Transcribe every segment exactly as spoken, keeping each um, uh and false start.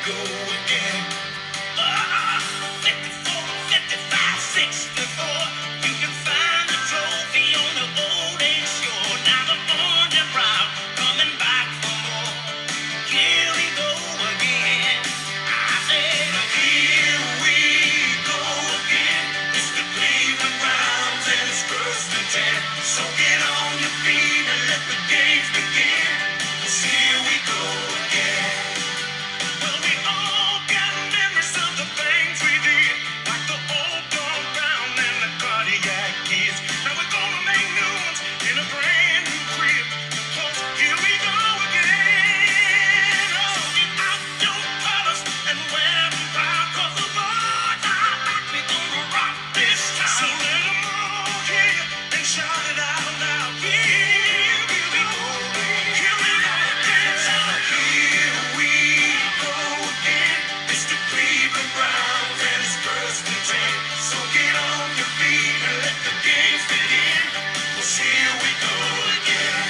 go again. Ah, fifty-four, fifty-five, sixty-four. You can find the trophy on the old age shore. Now the orange and brown coming back for more. Here we go again. I said, here we go again. It's the Cleveland Browns and it's first and ten. So get on your feet and let the games begin. 'Cause here we go again. Well, we all got memories of the things we did, like the old Don Brown and the Cardiac Kids. Now we're gonna make new ones in a brand new crib. 'Cause here we go again. Oh, get out your colors and wear them proud. 'Cause the boys are back. We're gonna rock this town. So let them all hear you and shout it out loud. Here we go. Here we go again. So here we go again. It's the Cleveland Browns and it's first and ten. So get on your feet and let the games begin. 'Cause here we go again.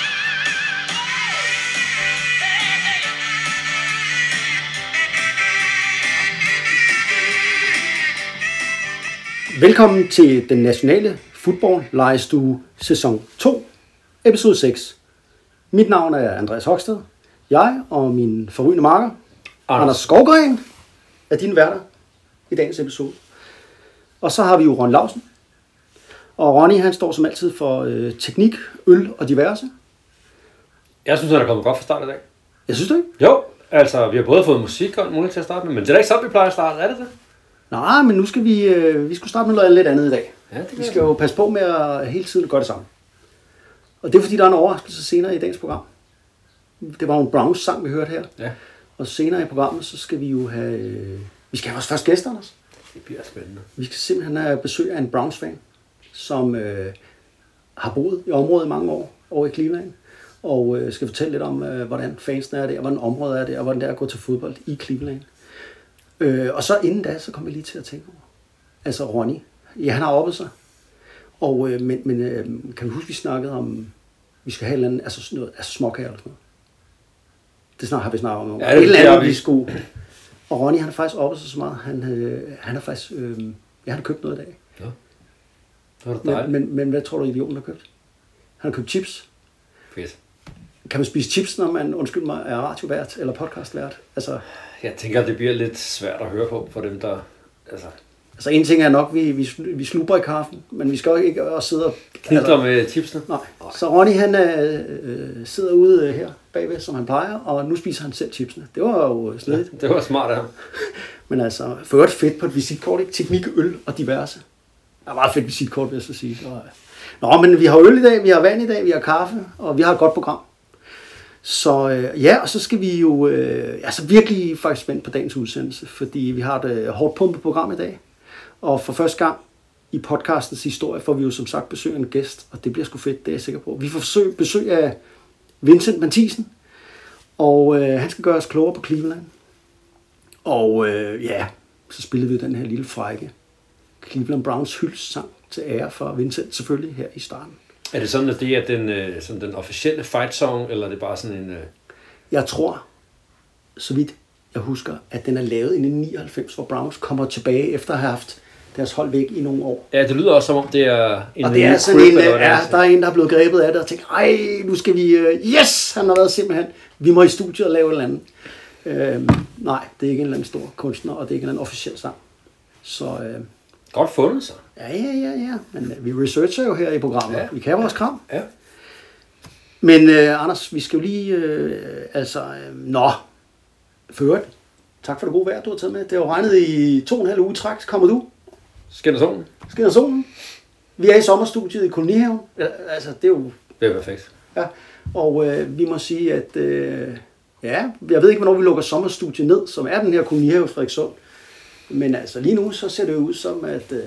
Velkommen til den nationale fodboldlejestue sæson to, episode seks. Mit navn er Andreas Hoksted. Jeg og min forrygende makker, Anders, Anders Skovgren, er dine værter i dagens episode. Og så har vi jo Ron Lausen. Og Ronny, han står som altid for øh, teknik, øl og diverse. Jeg synes, at der er kommet godt fra start i dag. Jeg synes du ikke? Jo, altså vi har både fået musik og muligt til at starte med, men det er da ikke sådan, vi plejer at starte, er det det? Nej, men nu skal vi, øh, vi skulle starte med noget lidt andet i dag. Ja, det Vi skal jo passe på med at hele tiden gøre det samme. Og det er fordi, der er en overraskelse senere i dagens program. Det var jo en Browns sang, vi hørte her. Ja, Og senere i programmet, så skal vi jo have... Øh, vi skal have vores første gæster, Anders. det bliver spændende. Vi skal simpelthen have besøg af en Browns-fan, som øh, har boet i området i mange år over i Cleveland. Og øh, skal fortælle lidt om, øh, hvordan fansene er der, hvordan området er der, og hvordan det er at gå til fodbold i Cleveland. Øh, og så inden da, så kommer jeg lige til at tænke over. Altså Ronny, ja, han har oppet sig. Og, øh, men men øh, kan vi huske, vi snakkede om, vi skal have et eller andet, altså sådan noget, altså småkager eller sådan noget. Det snart har vi snakket om. Ja, et det- eller det har andet, vi. vi skulle. Og Ronny, han har faktisk oppet sig så meget. Han, øh, han har faktisk, øh, ja, han har købt noget i dag. Ja, det var da Men, dejligt. men, men hvad tror du, idioten har købt? Han har købt chips. Fedt. Kan man spise chips, når man, undskyld mig, er radiovært eller podcastvært? Altså, Jeg tænker, at det bliver lidt svært at høre på for dem, der... Altså, altså en ting er nok, vi, vi, vi sluber i kaffen, men vi skal jo ikke også sidde og... knibler med chipsene. Nej. Så Ronny, han øh, øh, sidder ude øh, her bagved, som han plejer, og nu spiser han selv chipsene. Det var jo snedigt. Det var smart af ham. Men altså, for øvrigt fedt på et visitkort, ikke? Teknik, øl og diverse. Det er meget fedt visitkort, vil jeg så sige. Så, øh. Nå, men vi har øl i dag, vi har vand i dag, vi har kaffe, og vi har et godt program. Så øh, ja, og så skal vi jo, øh, altså virkelig faktisk spændt på dagens udsendelse, fordi vi har et øh, hårdt pumpet program i dag. Og for første gang i podcastens historie får vi jo som sagt besøg af en gæst, og det bliver sgu fedt, det er jeg sikker på. Vi får besøg, besøg af Vincent Mathisen, og øh, han skal gøre os klogere på Cleveland. Og øh, ja, så spillede vi den her lille frække Cleveland Browns hyldestsang til ære for Vincent selvfølgelig her i starten. Er det sådan, at det er den, øh, sådan den officielle fight song, eller er det bare sådan en... Øh... Jeg tror, så vidt jeg husker, at den er lavet i nitten nioghalvfems, hvor Browns kommer tilbage efter at have haft deres hold væk i nogle år. Ja, det lyder også som om, det er en... Og det er ny sådan crib, en, eller hvad det ja, er. der er en, der er blevet grebet af det og tænkt, ej, nu skal vi, uh, yes, han har været simpelthen, vi må i studiet og lave et eller andet. Uh, nej, det er ikke en eller anden stor kunstner, og det er ikke en eller anden officiel sang. Så uh, Godt fundet, så. ja, ja, ja, ja, men uh, vi researcher jo her i programmet, Ja. vi kan vores kram. Ja. Men uh, Anders, vi skal jo lige, uh, altså, uh, nå, for øvrigt, tak for det gode vejr, du har taget med. Det har jo regnet i to og en halv uge træk, så kommer du. Skinner solen? Skinner solen. Vi er i sommerstudiet i Kolonihaven. Ja, altså, det er jo... Det er perfekt. Ja, og øh, vi må sige, at... Øh, ja, jeg ved ikke, hvornår vi lukker sommerstudiet ned, som er den her Kolonihave i Frederikssund. Men altså, lige nu, så ser det ud som, at... Øh,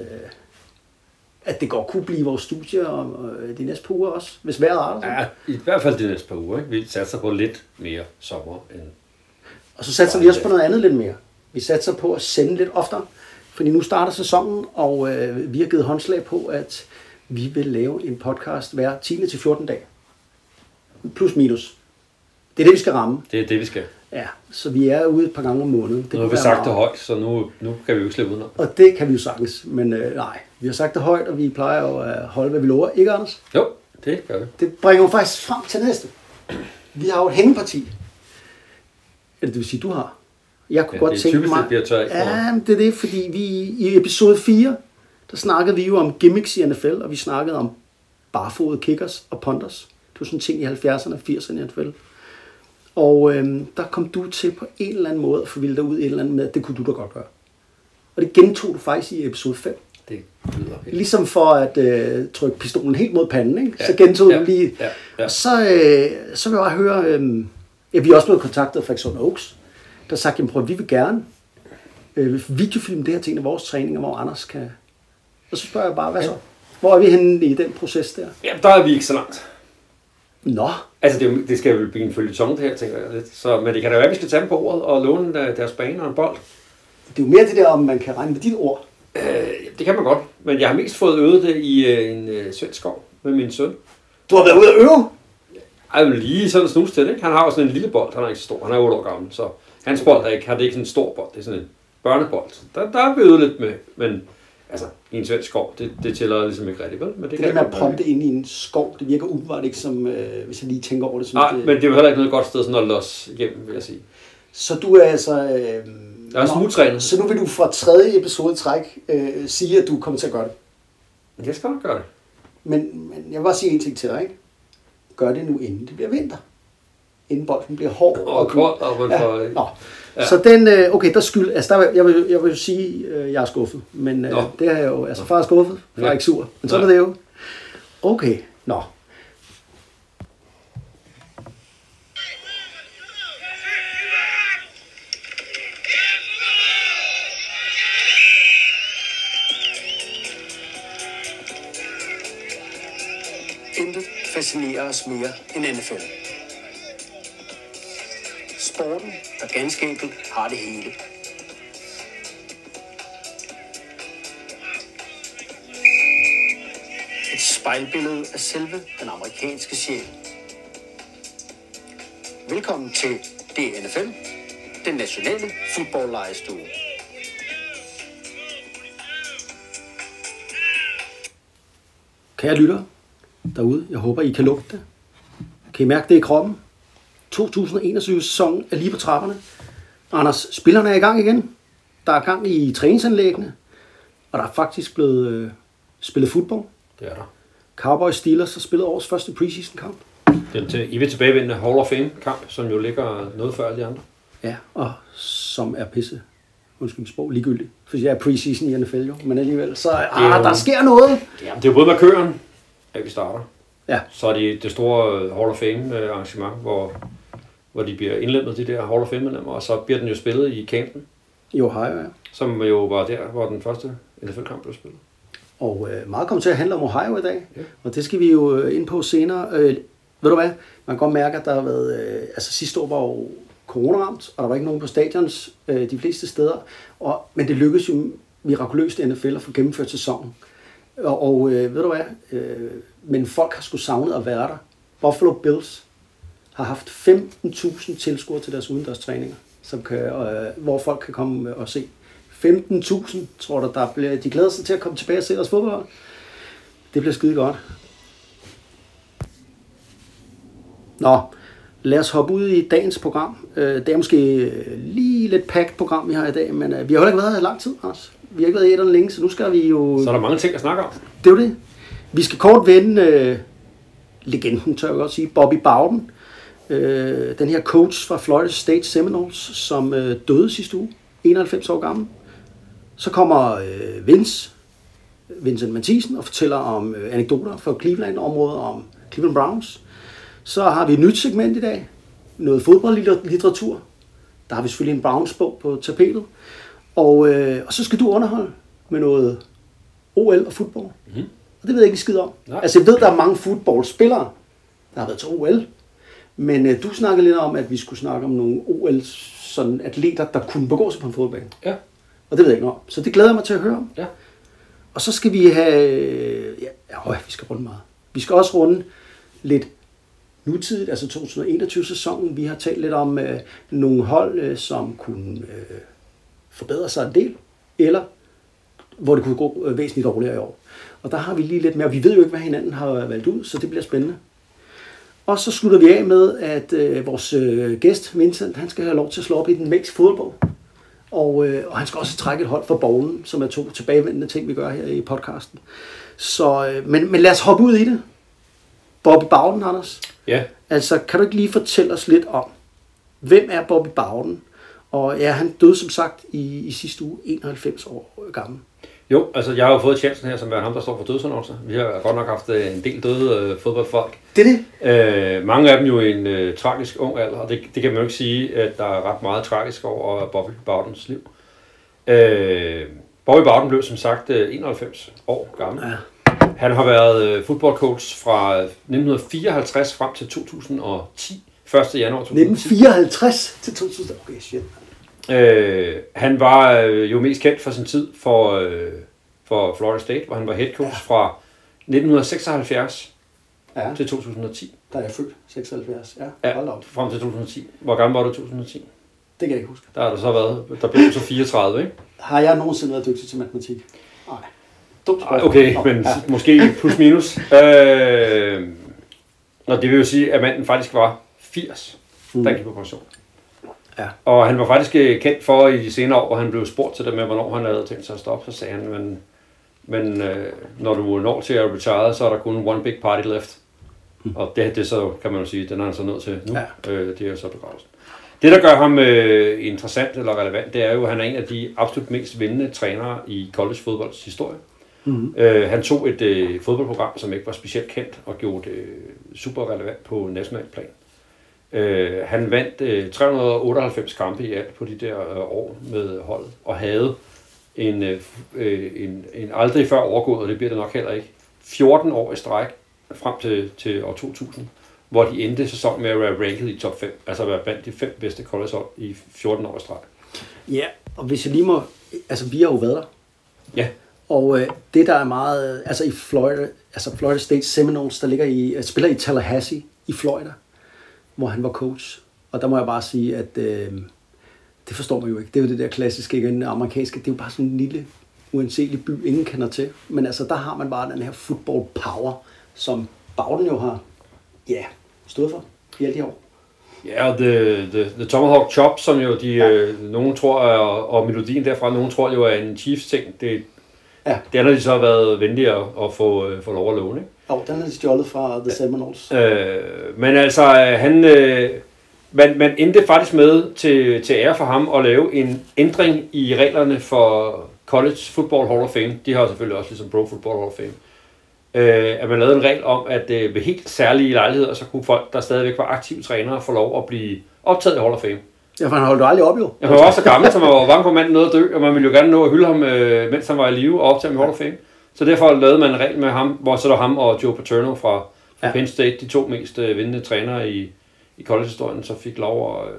at det godt kunne blive vores studie om øh, de næste par uger også, hvis vejret er der. Ja, i hvert fald de næste par uger. Ikke? Vi satser på lidt mere sommer end... Og så satser vi også på noget andet lidt mere. Vi satser på at sende lidt oftere, fordi nu starter sæsonen, og øh, vi har givet håndslag på, at vi vil lave en podcast hver tiende til fjortende dag. Plus minus. Det er det, vi skal ramme. Det er det, vi skal. Ja, så vi er ude et par gange om måneden. Det Nu har vi sagt det højt, så nu, nu kan vi jo ikke slippe udenom. Og det kan vi jo sagtens, men øh, nej, vi har sagt det højt, og vi plejer jo at holde, hvad vi lover. Ikke, Anders? Jo, det gør vi. Det bringer jo faktisk frem til næste. Vi har jo et hængeparti. Eller det vil sige, du har. Jeg kunne Ja, godt det er tænke typisk, mig... det bliver tør, ikke? Ja, men det er det, fordi vi i episode fire, der snakkede vi jo om gimmicks i N F L, og vi snakkede om barfodede kickers og punters. Det var sådan en ting i halvfjerdserne og firserne i N F L. Og øhm, der kom du til på en eller anden måde at forvilde dig ud et eller andet med, at det kunne du da godt gøre. Og det gentog du faktisk i episode fem. Det lyder helt. Ligesom for at øh, trykke pistolen helt mod panden, ikke? Ja, Så gentog ja, du lige. ja, ja. Og så, øh, så vil jeg bare høre, øh, ja, vi er også blevet kontaktet af Frederikshund Oaks, der sagde, jamen prøv, vi vil gerne øh, videofilme det her ting af vores træninger, hvor Anders kan... Og så spørger jeg bare, hvad så? Hvor er vi henne i den proces der? Ja, der er vi ikke så langt. Nå, Altså, det, er jo- det skal jo blive en følgetong, det her, tænker jeg lidt. Så, men det kan da være, at vi skal tage dem på ordet og låne øh, deres bane og en bold. det er jo mere det der, om man kan regne med dit ord. Øh, det kan man godt, men jeg har mest fået øvet det i øh, en øh, svensk skov med min søn. Du har været ude at øve? Ej, men lige sådan en snus til det, ikke? Han har jo sådan en lille bold, han er ikke så stor, han er otte år gammel, så hans bold er ikke, har det ikke sådan en stor bold, det er sådan en børnebold. Der, der er vi øvet lidt med, men altså, i en svensk skov, det, det tæller ligesom ikke rigtigt, vel? Men det, Det kan der med jeg at godt proppe det ind i en skov, det virker umiddelbart ikke som, øh, hvis jeg lige tænker over det. Som Nej, det, men det er jo heller ikke noget godt sted sådan at losse igennem, vil jeg sige. Så du er altså... Øh, Jeg er smugtrænet. Så nu vil du fra tredje episode træk øh, sige, at du kommer til at gøre det. Jeg skal nok gøre det. Men, men jeg vil bare sige en ting til dig, ikke? Gør det nu, inden det bliver vinter. Inden bolden bliver hård. Og kold, og man ja. får... Nå. Ja. Så den, øh, okay, der skyld, altså der, jeg, vil, jeg vil jo sige, øh, jeg er skuffet, men øh, Nå. det er jo, altså far er skuffet, far er Ja. ikke sur, men sådan Nej. er det jo. Okay, nå. Intet fascinerer os mere end N F L. Sporten, der ganske enkelt har det hele. Et spejlbillede af selve den amerikanske sjæl. Velkommen til D N F L, den nationale fodboldlejestue. Kære lytter derude, jeg håber, I kan lugte det. Kan I mærke det i kroppen? to tusind og enogtyve-sæsonen er lige på trapperne. Anders, spillerne er i gang igen. Der er gang i træningsanlæggene. Og der er faktisk blevet øh, spillet fodbold. Det er der. Cowboys Steelers har spillet årets første preseason-kamp. Den til evigt tilbagevendende Hall of Fame-kamp, som jo ligger noget før alle de andre. Ja, og som er pisse, undskyld mit sprog, ligegyldigt. For jeg er preseason i N F L jo, men alligevel. Så ah, jo- der sker noget. Jamen, det er jo både markøren, at vi starter. Ja, Så er det det store Hall of Fame arrangement, hvor, hvor de bliver indlemmet, de der Hall of Fame-medlemmer, og så bliver den jo spillet i Camden, i Ohio, ja. som jo var der, hvor den første N F L-kamp blev spillet. Og øh, meget kommer til at handle om Ohio i dag, Ja. og det skal vi jo øh, ind på senere. Øh, ved du hvad, man kan godt mærke, at der har været, øh, altså sidste år var jo coronaramt, og der var ikke nogen på stadions øh, de fleste steder, og, men det lykkedes jo mirakuløst i N F L at få gennemført sæsonen. Og, og øh, ved du hvad, øh, men folk har sgu savnet at være der. Buffalo Bills har haft femten tusind tilskuere til deres udendørs træninger, som kan, øh, hvor folk kan komme og se. femten tusind, tror du, der bliver, de glæder sig til at komme tilbage og se deres fodbold. Det bliver skide godt. Nå, lad os hoppe ud i dagens program. Det er måske lige lidt packed program, vi har i dag, men vi har heller ikke været her i lang tid, Anders. Vi har ikke været i etterne længe, så nu skal vi jo... Så er der mange ting at snakke om. Det er jo det. Vi skal kort vende øh, legenden, tør jeg godt sige, Bobby Bowden. Øh, den her coach fra Florida State Seminoles, som øh, døde sidste uge, enoghalvfems år gammel. Så kommer øh, Vince, Vincent Mathisen, og fortæller om øh, anekdoter fra Cleveland-området, om Cleveland Browns. Så har vi et nyt segment i dag, noget fodboldlitteratur. Der har vi selvfølgelig en Browns-bog på tapetet. Og, øh, og så skal du underholde med noget O L og fodbold. Mm-hmm. Og det ved jeg ikke skid om. Nej. Altså jeg ved, der er mange fodboldspillere, der har været til O L. Men øh, du snakkede lidt om, at vi skulle snakke om nogle O L sådan atleter, der kunne begå sig på en fodboldbane. Ja. Og det ved jeg ikke noget om. Så det glæder jeg mig til at høre om. Ja. Og så skal vi have... Ja, øh, vi skal runde meget. Vi skal også runde lidt nutidigt, altså to tusind og enogtyve-sæsonen. Vi har talt lidt om øh, nogle hold, øh, som kunne øh, forbedre sig en del, eller hvor det kunne gå øh, væsentligt dårligere i år. Og der har vi lige lidt mere, og vi ved jo ikke, hvad hinanden har valgt ud, så det bliver spændende. Og så slutter vi af med, at øh, vores øh, gæst, Vincent, han skal have lov til at slå op i den mexiske fodbold. Og, øh, og han skal også trække et hold for bowlen, som er to tilbagevendende ting, vi gør her i podcasten. Så, øh, men, men lad os hoppe ud i det. Bobby Bowden, Anders. Ja. Altså, kan du ikke lige fortælle os lidt om, hvem er Bobby Bowden? Og ja, han døde som sagt i, i sidste uge, enoghalvfems år gammel. Jo, altså jeg har jo fået chancen her, som er ham, der står for dødsannoncer. Vi har godt nok haft en del døde øh, fodboldfolk. Det er det? Øh, mange af dem jo i en øh, tragisk ung alder, og det, det kan man jo ikke sige, at der er ret meget tragisk over Bobby Bowdens liv. Øh, Bobby Bowden blev som sagt øh, enoghalvfems år gammel. Ja. Han har været øh, fodboldcoach fra nitten fireoghalvtreds frem til to tusind og ti. første januar to tusind og ti. nitten fireoghalvtreds til to tusind. Okay, shit. Øh, han var øh, jo mest kendt for sin tid for, øh, for Florida State, hvor han var head coach ja. fra nitten seksoghalvfjerds ja. til to tusind og ti. Der er jeg født, seksoghalvfjerds. Ja, ja, frem til to tusind og ti. Hvor gammel var du i to tusind og ti? Det kan jeg ikke huske. Der har der så været, der blev så fireogtredive, ikke? Har jeg nogensinde været dygtig til matematik? Nej. Ej, okay, Nå, men ja. måske plus minus. øh, Nå, det vil jo sige, at manden faktisk var firs, mm. da han gik på pension. Ja. Og han var faktisk kendt for i de senere år, hvor han blev spurgt til det med, hvornår han havde tænkt sig at stoppe, så sagde han, men, men øh, når du når til at retire, så er der kun one big party left. Mm. Og det, det så, kan man jo sige, den er han så nødt til nu. Ja. Øh, det er så begravelsen. Det, der gør ham øh, interessant eller relevant, det er jo, at han er en af de absolut mest vindende trænere i college fodbolds historie. Mm-hmm. Øh, han tog et øh, fodboldprogram, som ikke var specielt kendt, og gjorde det øh, super relevant på national plan. Øh, han vandt øh, tre hundrede og otteoghalvfems kampe i alt på de der øh, år med holdet, og havde en, øh, en, en aldrig før overgået, og det bliver det nok heller ikke, fjorten år i stræk frem til, til år to tusind, hvor de endte sæsonen med at være ranket i top fem, altså at være blandt de fem bedste collegehold i fjorten år i stræk. Ja, og hvis jeg lige må, altså vi har jo været der. Ja. Og øh, det der er meget, altså i Florida, altså Florida State Seminoles, der ligger i, spiller i Tallahassee i Florida, hvor han var coach. Og der må jeg bare sige, at øh, det forstår man jo ikke. Det er jo det der klassiske, ikke? Den amerikanske, det er jo bare sådan en lille, uanselig by, ingen kender til. Men altså, der har man bare den her football power, som Bowden jo har, ja, stået for i alle de år. Ja, og the, the, the Tomahawk Chop, som jo de, ja. øh, nogen tror, og, og melodien derfra, nogen tror jo er en Chiefs ting. Det, ja. det har de så været venlige at, at få, øh, få lov at låne, ikke? Jo, den er stjålet fra The Seminoles. Øh, men altså, han, øh, man, man endte faktisk med til, til ære for ham at lave en ændring i reglerne for College Football Hall of Fame. De har selvfølgelig også ligesom Pro Football Hall of Fame. Øh, at man lavede en regel om, at øh, ved helt særlige lejligheder, så kunne folk, der stadigvæk var aktive trænere, få lov at blive optaget i Hall of Fame. Ja, for han holdt jo aldrig op, jo. Han var også så gammel, så man var bange for, at manden nåede at dø, og man ville jo gerne nå at hylde ham, øh, mens han var i live, og optage ham i Hall of Fame. Så derfor lavede man en regel med ham, hvor så der ham og Joe Paterno fra, fra ja. Penn State, de to mest øh, vindende trænere i, i college-historien, så fik lov at... Øh...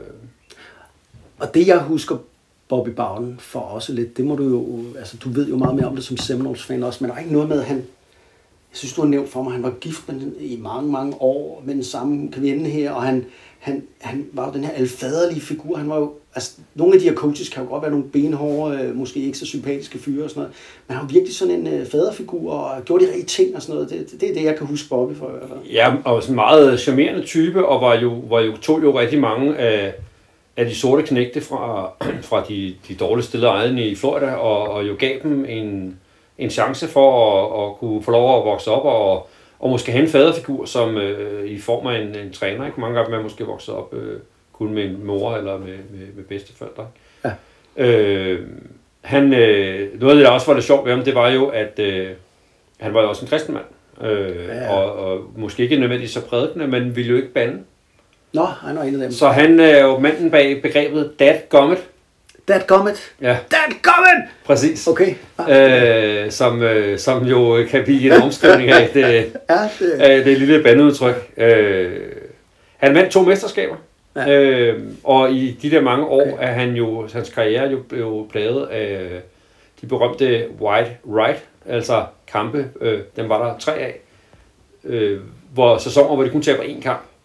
Og det jeg husker Bobby Bowden for også lidt, det må du jo... Altså, du ved jo meget mere om det som Seminoles-fan også, men der er ikke noget med, at han... Jeg synes, du har nævnt for mig, at han var gift med den i mange, mange år med den samme kvinde her, og han, han, han var jo den her alfaderlige figur. Han var jo, altså, nogle af de her coaches kan jo godt være nogle benhårde, måske ikke så sympatiske fyre og sådan noget, men han var virkelig sådan en uh, faderfigur og gjorde de rigtige ting og sådan noget. Det, det, det er det, jeg kan huske Bobby for i hvert fald. Ja, og sådan en meget charmerende type, og var jo, var jo, tog jo rigtig mange af, af de sorte knægte fra, fra de, de dårligt stillede ejerne i Florida, og, og jo gav dem en... en chance for at, at kunne få lov at vokse op og, og måske have en faderfigur som øh, i form af en, en træner. Ikke? Mange af dem er måske vokset op øh, kun med en mor eller med, med, med bedsteforældre. Ja. Øh, han, øh, noget af det, der også var det sjovt ved ham, det var jo, at øh, han var jo også en kristen mand. Øh, ja. og, og måske ikke nødvendigvis så prædikende, men ville jo ikke bande. Nå, han var en af dem. Så han er jo manden bag begrebet dadgummit. Dadgummit? Ja. Dadgummit! Præcis. Okay. Ah. Øh, som, øh, som jo kan blive en omskrivning af det, ja, det... Af det lille bandeudtryk. Øh, han vandt to mesterskaber, ja. øh, og i de der mange år okay. er han jo, hans karriere jo blev plaget af de berømte White Right, altså kampe, øh, dem var der tre af, øh, hvor sæsoner, hvor de kun taber én kamp,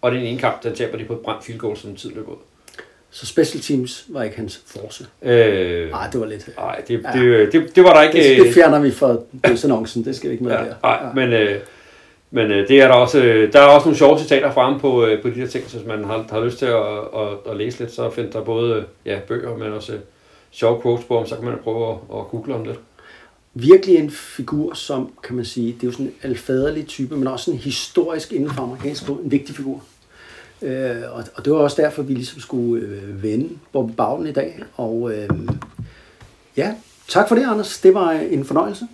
Og den ene kamp, der taber de på et brændt field goal, som tiden løb ud. Så special teams var ikke hans force? Øh, Nej, det var lidt... Nej, det, ja. det, det, det var der ikke... Det, det fjerner vi fra dødsannoncen, det skal vi ikke med ja, her. Nej, ja. men, øh, men øh, det er der også... Der er også nogle sjove citater fremme på, øh, på de her ting, så hvis man har, har lyst til at, at, at læse lidt, så finder der både ja, bøger, men også sjove quotes på dem, så kan man prøve at, at google om det. Virkelig en figur, som kan man sige, det er jo sådan en alfaderlig type, men også en historisk inden for amerikansk fodbold, en vigtig figur. Øh, og, og det var også derfor, vi ligesom skulle øh, vende Bobby Bowden i dag. Og øh, ja, tak for det, Anders. Det var en fornøjelse.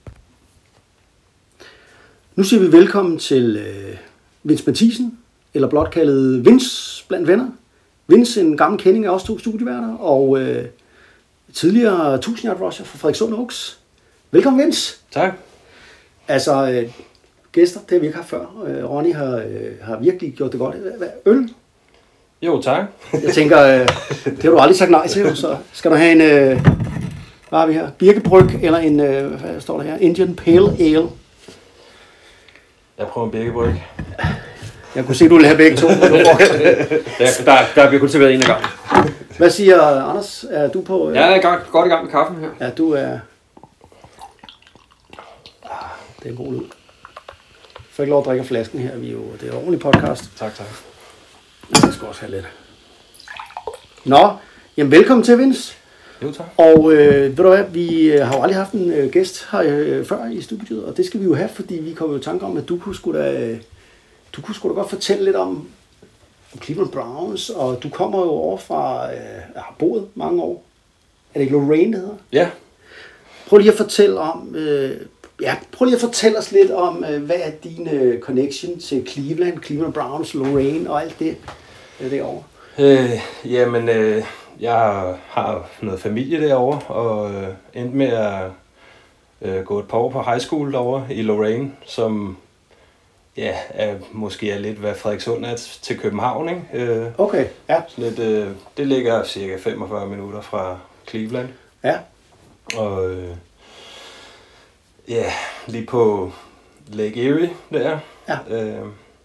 Nu siger vi velkommen til øh, Vince Mathisen, eller blot kaldet Vince blandt venner. Vince, en gammel kending af os to studieværter, og øh, tidligere tusind yard rusher fra Frederikssund Oaks. Velkommen, Vince. Tak. Altså, øh, gæster, det har vi ikke haft før. Øh, Ronny har, øh, har virkelig gjort det godt. Hvad, øl? Jo, tak. Jeg tænker, øh, det har du aldrig sagt nej til, så skal du have en, øh, hvad har vi her? Birkebryg, eller en, øh, hvad står der her? Indian Pale Ale. Jeg prøver en birkebryg. Jeg kunne se, du ville have begge to. der, der, der bliver kun serveret en af gangen. Hvad siger Anders? Er du på? Øh... Jeg er gang, godt i gang med kaffen her. Ja, du er... Ah, det er en god lyd. Jeg får ikke lov at drikke flasken her. Vi er jo, det er en ordentlig podcast. Tak, tak. Jeg skal også have lidt. Nå, jamen velkommen til, Vince. Jo, tak. Og øh, ved du hvad, vi har jo aldrig haft en øh, gæst her øh, før i studiet, og det skal vi jo have, fordi vi kommer jo i tanke om, at du kunne sgu da, øh, du kunne sgu da godt fortælle lidt om, om Cleveland Browns, og du kommer jo over fra, øh, jeg har boet mange år. Er det ikke Lorraine, det hedder? Ja. Prøv lige at fortælle om, øh, ja, prøv lige at fortælle os lidt om, øh, hvad er din øh, connection til Cleveland, Cleveland Browns, Lorraine og alt det øh, derovre? Øh, jamen, øh, jeg har noget familie derovre, og øh, endte med at øh, gå et par år på high school derovre i Lorraine, som ja, er, måske er lidt, hvad Frederikssund er til København, ikke? Øh, Okay, ja. lidt, øh, det ligger cirka femogfyrre minutter fra Cleveland. Ja. Og øh, ja, lige på Lake Erie der. Ja. Øh,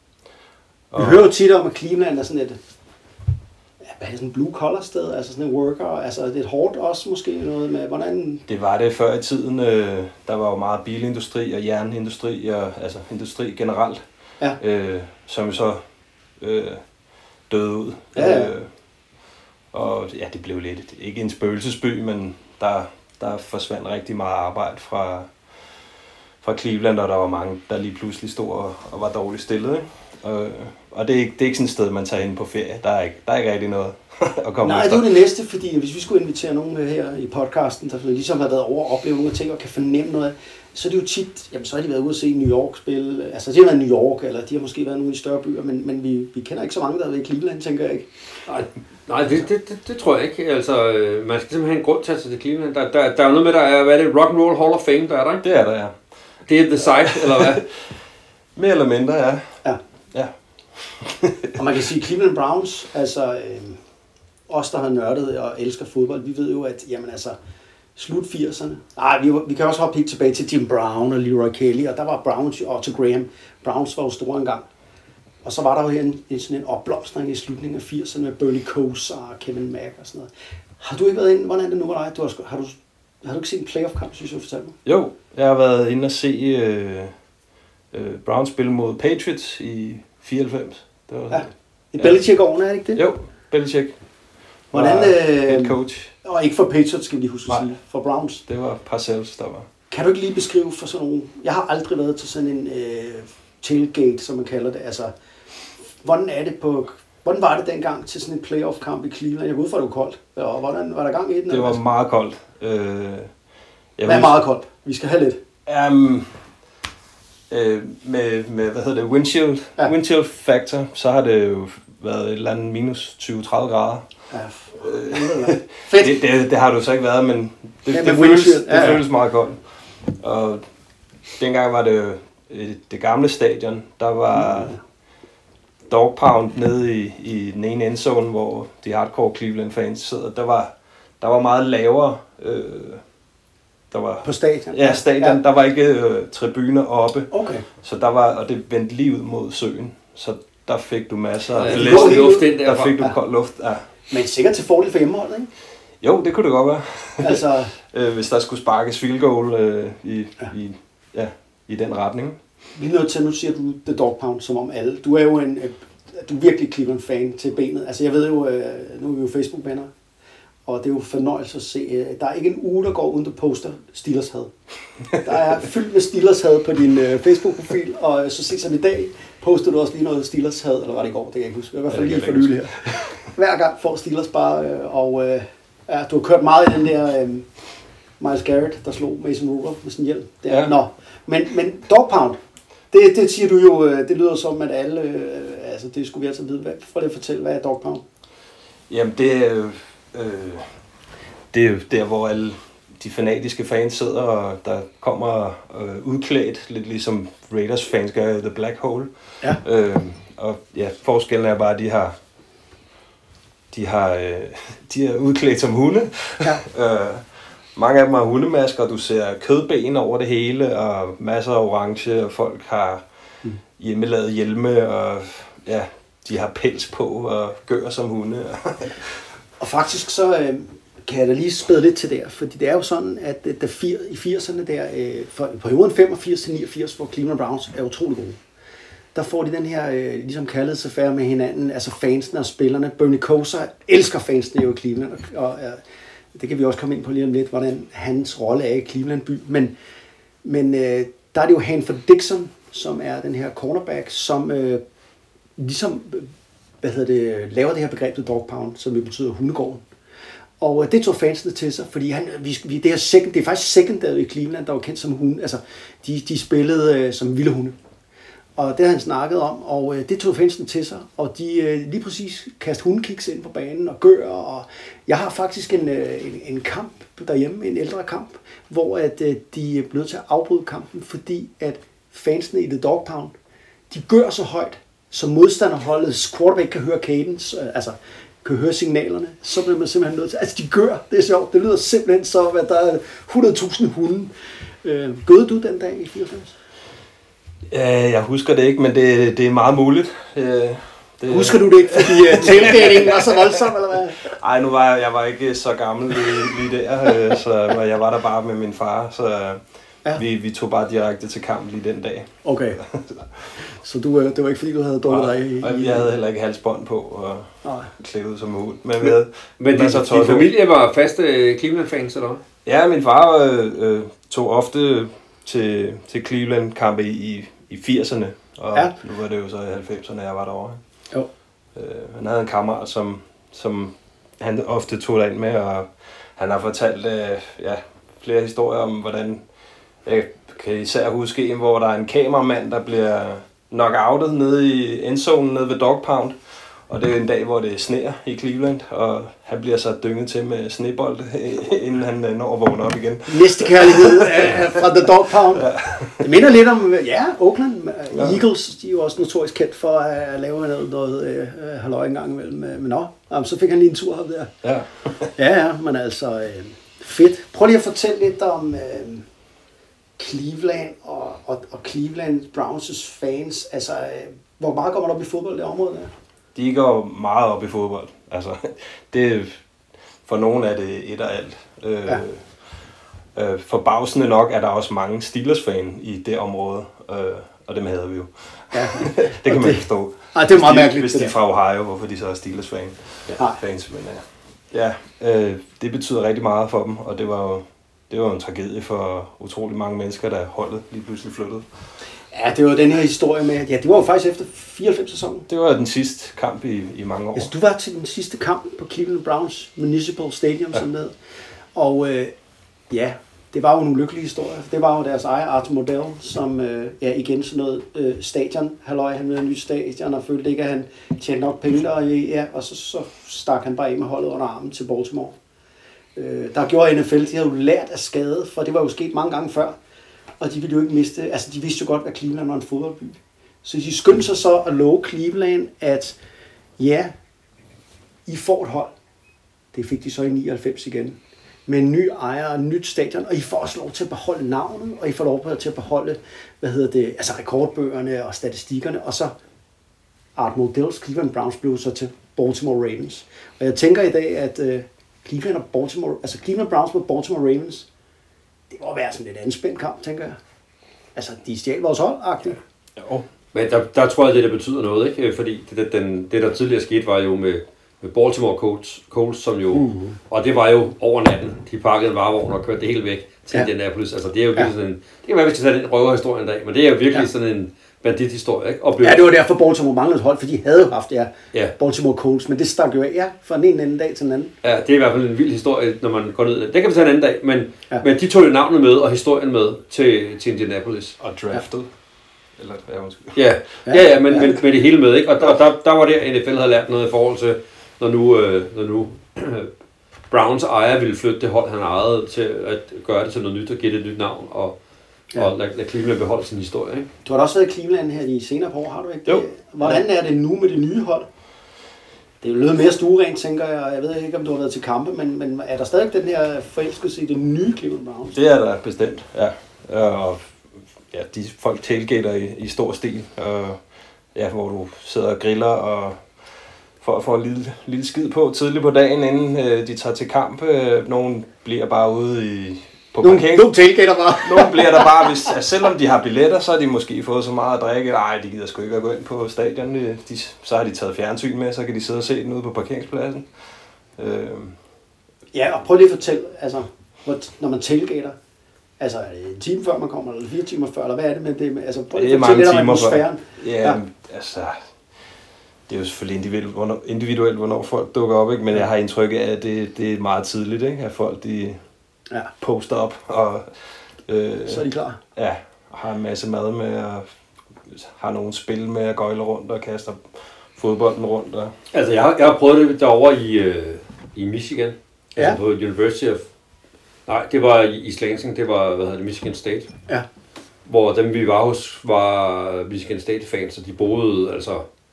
Vi hører jo tit om, at Cleveland er sådan et, ja, hvad er det, sådan et blue collar sted, altså sådan en worker, altså det er et hårdt også måske noget med, hvordan... Det var det før i tiden. Øh, der var jo meget bilindustri og jernindustri, og, altså industri generelt, Ja. øh, som så øh, døde ud. Ja, ja. Øh, og ja, det blev lidt, ikke en spøgelsesby, men der, der forsvandt rigtig meget arbejde fra, fra Cleveland, og der var mange, der lige pludselig stod og, og var dårligt stillet, ikke? Og, og det er, ikke, det er ikke sådan et sted, man tager ind på ferie. Der er ikke, der er ikke rigtig noget at komme Nej, efter. det er det næste, fordi hvis vi skulle invitere nogen her i podcasten, der ligesom har været over og oplevet nogle ting og kan fornemme noget, så er det jo tit, jamen så har de været ude at se New York spille, altså de har været i New York, eller de har måske været nogle i større byer, men, men vi, vi kender ikke så mange, der har været i Cleveland, tænker jeg ikke. Nej, nej det, det, det, det tror jeg ikke. Altså, øh, man skal simpelthen have en grund til at tage til Cleveland. Der, der, der er jo noget med, der er, hvad er det, Rock and Roll Hall of Fame, der er der, ikke? Det er der, ja. Det er The Site, eller hvad? Mere eller mindre, ja. Ja. Ja. Og man kan sige, Cleveland Browns, altså øh, os, der har nørdet og elsker fodbold, vi ved jo, at jamen altså, slut firserne, nej, vi, vi kan også hoppe helt tilbage til Jim Brown og Leroy Kelly, og der var Browns og til Graham. Browns var jo store engang. Og så var der jo en, en, sådan en opblomstring i slutningen af firserne med Bernie Kosar og Kevin Mack og sådan noget. Har du ikke været inde? Hvordan er det nu med dig? Du har, har, du, har du ikke set en playoff-kamp, synes jeg, fortalte mig? Jo, jeg har været inde og se øh, øh, Browns spille mod Patriots i fireoghalvfems. Det var, Ja, i Belichick-årene, er det ikke det? Jo, Belichick. Hvordan, Var øh, head coach. Og ikke for Patriots, skal vi lige huske at Nej. sige, for Browns. Det var Parcells, der var. Kan du ikke lige beskrive for sådan nogle... Jeg har aldrig været til sådan en øh, tailgate, som man kalder det. Altså, hvordan er det på... Hvordan var det dengang til sådan en playoff-kamp i Cleveland? Jeg går ud fra, at det var koldt. Og hvordan var der gang i den? Det var altså? meget koldt. Øh, jeg Hvad er meget koldt? Vi skal have lidt. Um, øh, med, med, hvad hedder det, windshield, Ja. windshield factor, så har det jo været et eller andet minus tyve til tredive grader. Ja, øh, fedt. Det, det, det har du så ikke været, men det, Ja, det, med føles, windshield. Ja, det ja. føles meget koldt. Og dengang var det jo øh, det gamle stadion, der var Mm. dog pound nede i, i den ene endzone, hvor de hardcore Cleveland fans sidder. Der var, der var meget lavere. Øh, der var, På stadion? ja, stadion. Ja. Der var ikke øh, tribuner oppe. Okay. Så der var, og det vendte lige ud mod søen. Så der fik du masser Ja, af det blæst. går luft ind Der derfra. fik du Ja. kold luft, ja. Men sikkert til fordel for hjemmeholdet, ikke? Jo, det kunne det godt være. Altså, øh, hvis der skulle sparkes field goal øh, i, ja. I, ja, i den retning. vi er nødt til, nu siger du The Dog Pound, som om alle. Du er jo en, øh, du er virkelig Cleveland-fan til benet. Altså, jeg ved jo, øh, nu er vi jo Facebook-venner, og det er jo fornøjelse at se. Øh, der er ikke en uge, der går uden du poster Steelers-had. Der er fyldt med Steelers-had på din øh, Facebook-profil, og så ses som i dag, postede du også lige noget Steelers-had, eller var det i går, det kan jeg ikke huske. I hvert fald Ja, lige det for kan jeg nylig her. Hver gang får Steelers bare, øh, og øh, ja, du har kørt meget i den der øh, Myles Garrett, der slog Mason Rudolph med sin hjelm. Det er, Ja. Nå, men, men Dog Pound, det, det siger du jo, øh, det lyder som, at alle, øh, altså det skulle vi altså vide. Hvad, prøv lige at fortælle, hvad er Dog Pound? Jamen, det er jo øh, det er jo der, hvor alle de fanatiske fans sidder, og der kommer øh, udklædt, lidt ligesom Raiders fans gør i The Black Hole. Ja. Øh, og ja, forskellen er bare, at de har de har, øh, de er udklædt som hunde. Ja. øh, mange af dem har hundemasker, og du ser kødben over det hele, og masser af orange, og folk har hjemmelavet hjelme, og ja, de har pels på, og gør som hunde. Og faktisk så øh, kan jeg da lige spæde lidt til der, fordi det er jo sådan, at øh, der fir, i firserne der, øh, for perioden femogfirs til niogfirs, hvor Cleveland Browns er utrolig gode, der får de den her øh, ligesom kærlighedsaffære med hinanden, altså fansene og spillerne. Bernie Kosar elsker fansene jo i Cleveland, og, og øh, det kan vi også komme ind på lige om lidt, hvordan hans rolle er i Cleveland by. Men, men øh, der er det jo Hanford Dixon, som er den her cornerback, som øh, ligesom hvad hedder det, laver det her begreb til Dog Pound, som det betyder hundegården. Og øh, det tog fansene til sig, fordi han, vi, vi, det, er second, det er faktisk secondary i Cleveland, der var kendt som hunde. Altså, de, de spillede øh, som vilde hunde. Og det har han snakket om, og øh, det tog fansene til sig. Og de øh, lige præcis kastede hundekiks ind på banen og gør. Og jeg har faktisk en, øh, en, en kamp derhjemme, en ældre kamp, hvor at, øh, de er blevet til at afbryde kampen, fordi at fansene i The Dog Pound, de gør så højt, så modstanderholdets quarterback kan høre cadence, øh, altså kan høre signalerne, så bliver man simpelthen nødt til, altså de gør, det er sjovt, det lyder simpelthen så, at der er hundrede tusind hunde. Øh, Gøde du den dag i fireoghalvfems? Ja, jeg husker det ikke, men det, det er meget muligt. Det, det, Husker du det ikke, fordi uh, tailgatingen var så voldsom, eller hvad? Ej, nu var jeg, jeg var ikke så gammel lige, lige der, så jeg var der bare med min far, så ja. vi, vi tog bare direkte til kamp lige den dag. Okay. Så du, det var ikke fordi, du havde dårligt dig i... Og jeg havde heller ikke halsbånd på og Nej. klædt ud som hund. Men, vi havde Men din, masser af tøj din på. familie var faste Cleveland-fans, eller hvad? Ja, min far øh, øh, tog ofte til, til Cleveland-kampe i, i, i firserne, og Ja. nu var det jo så i halvfemserne, jeg var derovre. Jo. Øh, han havde en kammerat, som, som han ofte tog derind med, og han har fortalt øh, ja, flere historier om, hvordan jeg kan især huske en, hvor der er en kameramand, der bliver knockoutet nede i endzonen nede ved Dog Pound. Og det er en dag, hvor det sneer i Cleveland, og han bliver så dynget til med snebolde, inden han når at vågne op igen. Næste kærlighed er fra The Dog Pound. Ja. Det minder lidt om, ja, Oakland. Ja. Eagles, de er jo også notorisk kendt for at lave noget, noget øh, halløj en gang imellem. Men nå, jamen, så fik han lige en tur op der. Ja. Ja, ja, men altså, øh, fedt. Prøv lige at fortælle lidt om øh, Cleveland og, og, og Cleveland Browns' fans. Altså, øh, hvor meget går man op i fodbold i det område der? De går meget op i fodbold. Altså, det, for nogen er det et og alt. Øh, ja. øh, forbavsende nok er der også mange Steelers-fan i det område, øh, og dem hader vi jo. Ja. det kan man ikke forstå. Ej, det er meget hvis de, mærkeligt. Hvis de er fra Ohio, hvorfor de så er Steelers-fan. Ja. Fans, men ja, ja øh, det betyder rigtig meget for dem, og det var jo det var jo en tragedie for utrolig mange mennesker, der holdet lige pludselig flyttede. Ja, det var den her historie med, ja, det var jo faktisk efter fireoghalvfems sæsonen. Det var den sidste kamp i, i mange år. Altså, du var til den sidste kamp på Cleveland Browns Municipal Stadium, ja. Som det. Og øh, ja, det var jo en ulykkelig historie. Det var jo deres ejer, Arthur Modell, som øh, ja, igen sådan noget øh, stadion, halløj, han ville have en ny stadion, og følte ikke, at han tjente nok penge der, ja, og så, så stak han bare af med holdet under armen til Baltimore. Øh, der gjorde N F L, de havde jo lært af skade, for det var jo sket mange gange før. Og de ville jo ikke miste, altså de vidste jo godt, at Cleveland var en fodboldby. Så de skyndte sig så at love Cleveland, at ja, I får et hold. Det fik de så i nioghalvfems igen. Med en ny ejer og et nyt stadion, og I får også lov til at beholde navnet, og I får lov til at beholde, hvad hedder det, altså rekordbøgerne og statistikkerne, og så Art Modells Cleveland Browns blev så til Baltimore Ravens. Og jeg tænker i dag, at øh, Cleveland og Baltimore, altså Cleveland Browns mod Baltimore Ravens, det må være sådan lidt anspændt kamp, tænker jeg. Altså, de stjal vores hold-agtigt. Jo. Men der, der tror jeg, det der betyder noget, ikke? Fordi det, den, det der tidligere skete, var jo med, med Baltimore Colts, Colts, som jo, uh-huh. og det var jo over natten. De pakkede en varevogn og kørte det hele væk til ja. Indianapolis. Altså, det er jo virkelig ja. sådan en, det kan være, hvis de tager den røverhistorie en dag, men det er jo virkelig ja. sådan en bandithistorie, ikke? Og blev... Ja, det var derfor Baltimore manglede et hold, for de havde jo haft ja, ja. Baltimore Colts, men det stak jo af ja, fra den ene anden dag til den anden. Ja, det er i hvert fald en vild historie, når man går ned. Det kan vi tage en anden dag, men, ja. men de tog jo navnet med og historien med til, til Indianapolis. Og draftet. Eller, ja, måske. Ja, ja, ja, men, ja. Men, men det hele med, ikke? Og der, der, der var det, N F L havde lært noget i forhold til, når nu, øh, når nu Browns ejer ville flytte det hold, han ejede, til at gøre det til noget nyt og give det et nyt navn, og, ja. og lade, lade Cleveland beholde sin historie, ikke? Du har da også været i Cleveland her de senere par år, har du ikke? Jo. Hvordan er det nu med det nye hold? Det er jo lidt mere stuerent, tænker jeg. Jeg ved ikke, om du har været til kampe, men, men er der stadig den her forelskelse i det nye Cleveland Browns? Det er der bestemt, ja. Og ja, de folk tailgater i, i stor stil, og, ja, hvor du sidder og griller og for at få en lille, lille skid på tidligt på dagen, inden øh, de tager til kamp. Øh, nogle bliver bare ude i, på parkering. Nogle tailgater bare. Nogle bliver der bare, hvis, altså, selvom de har billetter, så har de måske fået så meget at drikke. Nej, de gider sgu ikke at gå ind på stadion. De, de, så har de taget fjernsyn med, så kan de sidde og se den ude på parkeringspladsen. Øh. Ja, og prøv lige at fortælle, altså, når man tailgater, altså er det en time før man kommer, eller fire timer før, eller hvad er det med det? Altså, prøv lige at fortælle lidt om atmosfæren. Ja, ja, altså, det er jo selvfølgelig individuelt, hvornår, individuelt, hvornår folk dukker op, ikke? Men jeg har indtryk af, at det, det er meget tidligt, ikke? At folk de ja. poster op, og øh, så er de klar. Ja, har en masse mad med, og har nogle spil med at gøjle rundt og kaster fodbolden rundt. Og... Altså, jeg har, jeg har prøvet det derovre i, øh, i Michigan, ja. altså på University of... Nej, det var i East Lansing, det var, hvad hedder det, Michigan State. Ja. Hvor dem, vi var hos, var Michigan State-fans, og de boede altså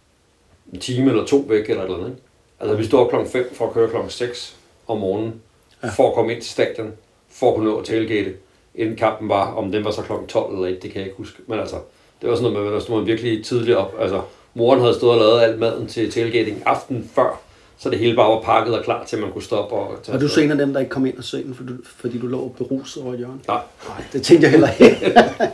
en time eller to væk eller et eller andet. Ikke? Altså, vi stod klokken fem for at køre klokken seks om morgenen, ja. For at komme ind til stadion, for at kunne nå at tailgate, inden kampen var, om den var så klokken tolv eller et, det kan jeg ikke huske. Men altså, det var sådan noget med, der stod man virkelig tidligt op. Altså, moren havde stået og lavet alt maden til tailgating aften før, så det hele bare var pakket og klar til, at man kunne stoppe. Og, og du så en af dem, der ikke kom ind og så den, fordi du, fordi du lå beruset over et hjørne? Nej. Nej, det tænkte jeg heller ikke.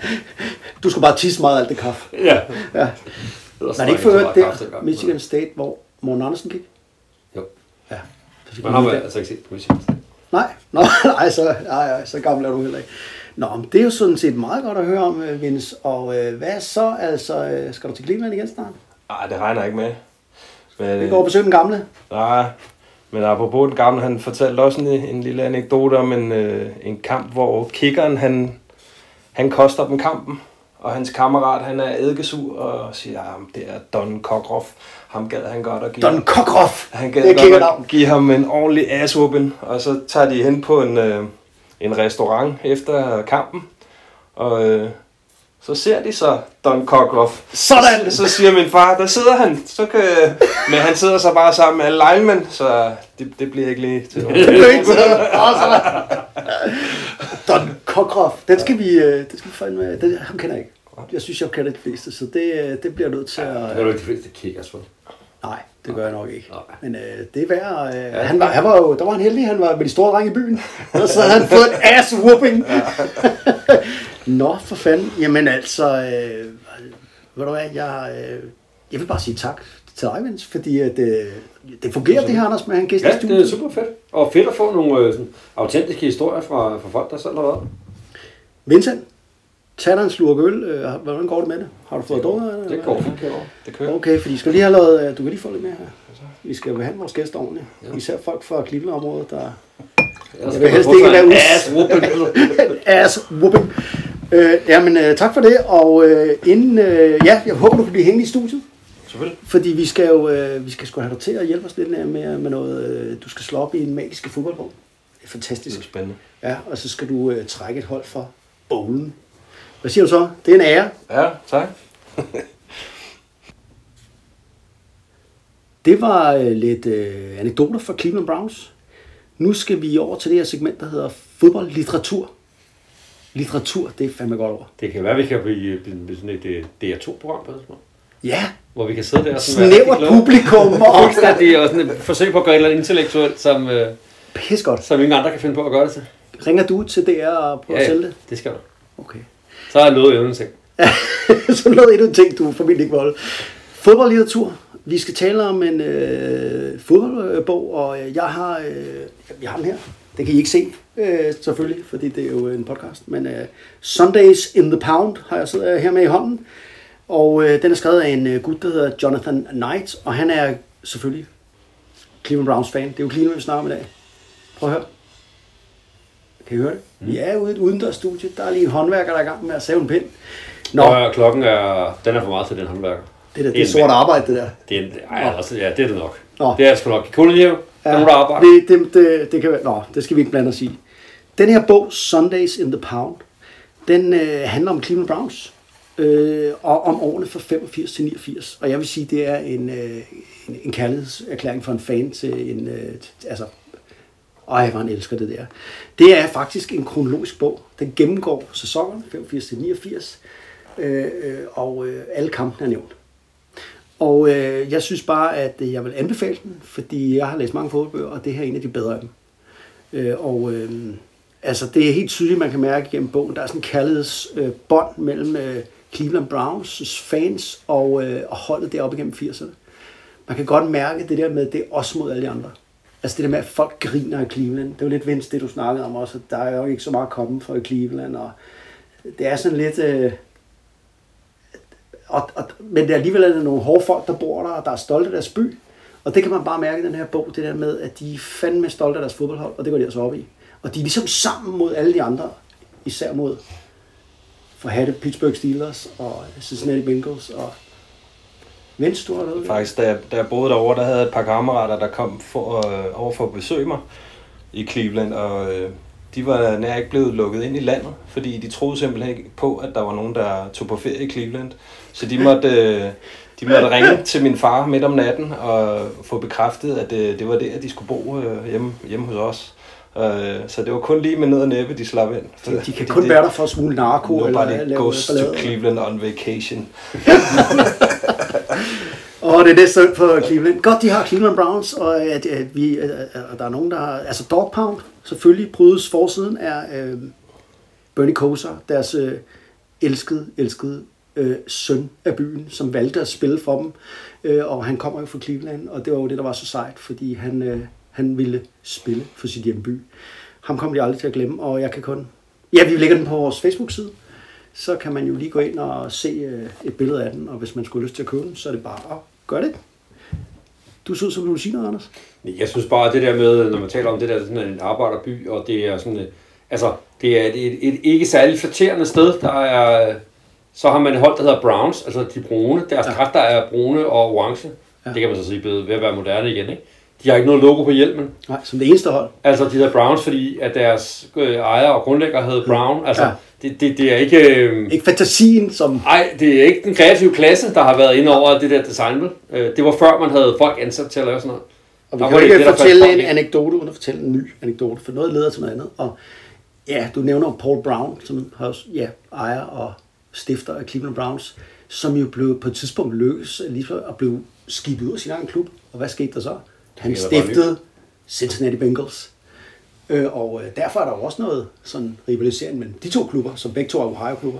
Du skulle bare tisse meget af alt det kaffe. Ja. Ja. Var det ikke før der, Michigan State, hvor Morten Andersen gik? Jo. Ja. Man har altså ikke set på Michigan State. Nej, Nå, nej, så, nej, nej, så gammel er du heller ikke. Nå, men det er jo sådan set meget godt at høre om, Vince. Og øh, hvad så? Altså, øh, skal du til Cleveland igen snart? Nej, det regner jeg ikke med. Men, vi går og besøger den gamle. Nej, men apropos den gamle, han fortalte også en, en lille anekdote om en, øh, en kamp, hvor kickeren, han, han koster dem kampen. Og hans kammerat, han er eddikesur og siger, at det er Don Cockroff. Ham gad han godt at give Don Cockroff! Han gad godt at give ham en ordentlig ass-whooping. Og så tager de hen på en, øh, en restaurant efter kampen. Og øh, så ser de så Don Cockroff. Sådan! Så, så siger min far, der sidder han. Så kan, men han sidder så bare sammen med alle linemen, så det, det bliver ikke lige til noget. Det bliver ikke til noget. Don Cockroff, den skal vi, den skal vi finde med. Den, ham kender jeg ikke. Jeg synes, jeg kender de fleste, så det, det bliver nødt til at... Det er jo ikke de fleste kickers, for. Nej, det gør jeg nok ikke. Nej. Men øh, det er værd. Øh, ja. han, var, han var jo, der var han heldig, han var med de store drenge i byen. Og så havde han fået en ass-whooping. Ja. Nå, for fanden. Jamen altså, øh, ved du hvad, jeg, øh, jeg vil bare sige tak til dig, Vince, fordi at, øh, det fungerer det, det her, Anders, med han gæst i studiet. studiet. Ja, det er super fedt. Og fedt at få nogle øh, sådan, autentiske historier fra, fra folk, der selv har været. Vincent, tag dig en slurk øl. Øh, hvordan går det med det? Har du fået drukket? Det, det går. Det går. Det kører. Okay, fordi skal lige have lavet, du kan lige få lidt mere her. Vi skal behandle vores gæster ordentligt. Ja. Især folk fra Cleveland-området, der... Jeg vil helst ikke være ude. Ass-whooping. Øh, jamen, øh, tak for det, og øh, inden, øh, ja, jeg håber, du kan blive hængende i studiet. Selvfølgelig. Fordi vi skal jo, øh, vi skal sgu have dig til at hjælpe os lidt med, med noget, øh, du skal slå op i en magiske fodboldbog. Det er fantastisk. Det er spændende. Ja, og så skal du øh, trække et hold for bowlen. Hvad siger du så? Det er en ære. Ja, tak. Det var øh, lidt øh, anekdoter fra Cleveland Browns. Nu skal vi over til det her segment, der hedder fodboldlitteratur. Litteratur, det er fandme godt over. Det kan være, vi kan blive, blive sådan et D R to-program på det. Ja, hvor vi kan sidde der og sådan være Snævert rigtig kloge. publikum. Og... Fuldstændig, og sådan et forsøg på at gøre et eller andet intellektuelt, som, øh, Pis godt. som ingen andre kan finde på at gøre det til. Ringer du til D R og prøver Ja, at sælge det? det skal du. Okay. Så er jeg lovet evnen ting. Så noget endnu en ting, du formentlig ikke vil holde. Fodboldlitteratur. Vi skal tale om en øh, fodboldbog, og jeg har, øh, jeg har den her. Det kan I ikke se, øh, selvfølgelig, fordi det er jo en podcast. Men øh, Sundays in the Pound har jeg siddet her med i hånden. Og øh, den er skrevet af en øh, gut, der hedder Jonathan Knight, og han er selvfølgelig Cleveland Browns fan. Det er jo Cleveland, vi snakker om i dag. Prøv at høre. Kan I høre det? Mm. Vi er ude i et udendørsstudie. Der er lige en håndværker, der er i gang med at save en pind. Nå. Og klokken er, den er for meget til den håndværker. Det, der, det er sort arbejde, det der. Det er, ej, altså, ja, det er det nok. Nå. Det er sgu nok. Kolonihav, ja, der er nogen, der arbejder. Det, det, det, det kan være, nå, det skal vi ikke blande os i. Den her bog, Sundays in the Pound, den øh, handler om Cleveland Browns. Øh, og om årene fra femogfirs til niogfirs. Og jeg vil sige, det er en, øh, en, en kærlighedserklæring for en fan til en... Øh, altså, ej, hvor han elsker det der. Det er faktisk en kronologisk bog. Den gennemgår sæsonen femogfirs til niogfirs. Øh, øh, og øh, alle kampene er nævnt. Og øh, jeg synes bare, at jeg vil anbefale den, fordi jeg har læst mange fodboldbøger, og det her er en af de bedre af dem. Øh, og øh, altså, det er helt tydeligt, man kan mærke gennem bogen, der er sådan en kærlighedsbånd øh, mellem øh, Cleveland Browns fans og, øh, og holdet deroppe igennem firserne. Man kan godt mærke det der med, det er os mod alle de andre. Altså det der med, at folk griner af Cleveland. Det er jo lidt Vince, det du snakkede om også. Der er jo ikke så meget kommet fra Cleveland. Og det er sådan lidt... Øh, og, og, men det er alligevel er nogle hårde folk, der bor der, og der er stolte af deres by. Og det kan man bare mærke i den her bog, det der med, at de er fandme stolte af deres fodboldhold, og det går de altså op i. Og de er ligesom sammen mod alle de andre, især mod forhatte Pittsburgh Steelers og Cincinnati Bengals og Vince, du har noget. Faktisk, da jeg, da jeg boede derovre, der havde jeg et par kammerater, der kom for, øh, over for at besøge mig i Cleveland, og øh, de var nær ikke blevet lukket ind i landet, fordi de troede simpelthen ikke på, at der var nogen, der tog på ferie i Cleveland. Så de måtte, øh, de måtte ringe til min far midt om natten og få bekræftet, at det, det var der, de skulle bo øh, hjemme, hjemme hos os. Øh, så det var kun lige med nød og næppe, de slap ind. De, de kan kun være der for at smule narko. Nobody eller goes to Cleveland on vacation. Og det er det synd for Cleveland. Godt, de har Cleveland Browns, og at, at vi, at, at der er nogen, der har... Altså Dog Pound, selvfølgelig, Brydes forsiden er øh, Bernie Kosar, deres øh, elskede, elskede øh, søn af byen, som valgte at spille for dem. Øh, og han kommer jo fra Cleveland, og det var jo det, der var så sejt, fordi han, øh, han ville spille for sit hjemby. Ham kommer de aldrig til at glemme, og jeg kan kun... Ja, vi lægger den på vores Facebook-side. Så kan man jo lige gå ind og se øh, et billede af den, og hvis man skulle have lyst til at købe den, så er det bare at gøre det. Du synes, som du vil sige noget, Anders? Jeg synes bare, det der med, når man taler om det der, sådan en arbejderby, og det er sådan, altså, det er et, et, et ikke særligt flatterende sted. Der er, så har man et hold, der hedder Browns, altså de brune. Deres Ja. dragter er brune og orange. Ja. Det kan man så sige blevet ved at være moderne igen, ikke? De har ikke noget logo på hjelmen. Nej, som det eneste hold. Altså de der Browns, fordi at deres øh, ejer og grundlægger hed Brown. Altså, Ja. det, det, det er ikke... Øh, Ikke fantasien, som... Nej, det er ikke den kreative klasse, der har været inde over det der design. Øh, det var før, man havde folk ansat til at lave sådan noget. Og vi Der kan var jo det ikke det, der fortælle faldt en frem, anekdote, uden at fortælle en ny anekdote, for noget leder til noget andet. Og ja, du nævner Paul Brown, som har, ja, ejer og stifter af Cleveland Browns, som jo blev på et tidspunkt lykkes lige så at blive skibet ud af sin egen klub. Og hvad skete der så? Han Det var bare stiftede Cincinnati Bengals. Øh, og øh, derfor er der jo også noget sådan rivalisering mellem de to klubber, som begge to er Ohio-klubber.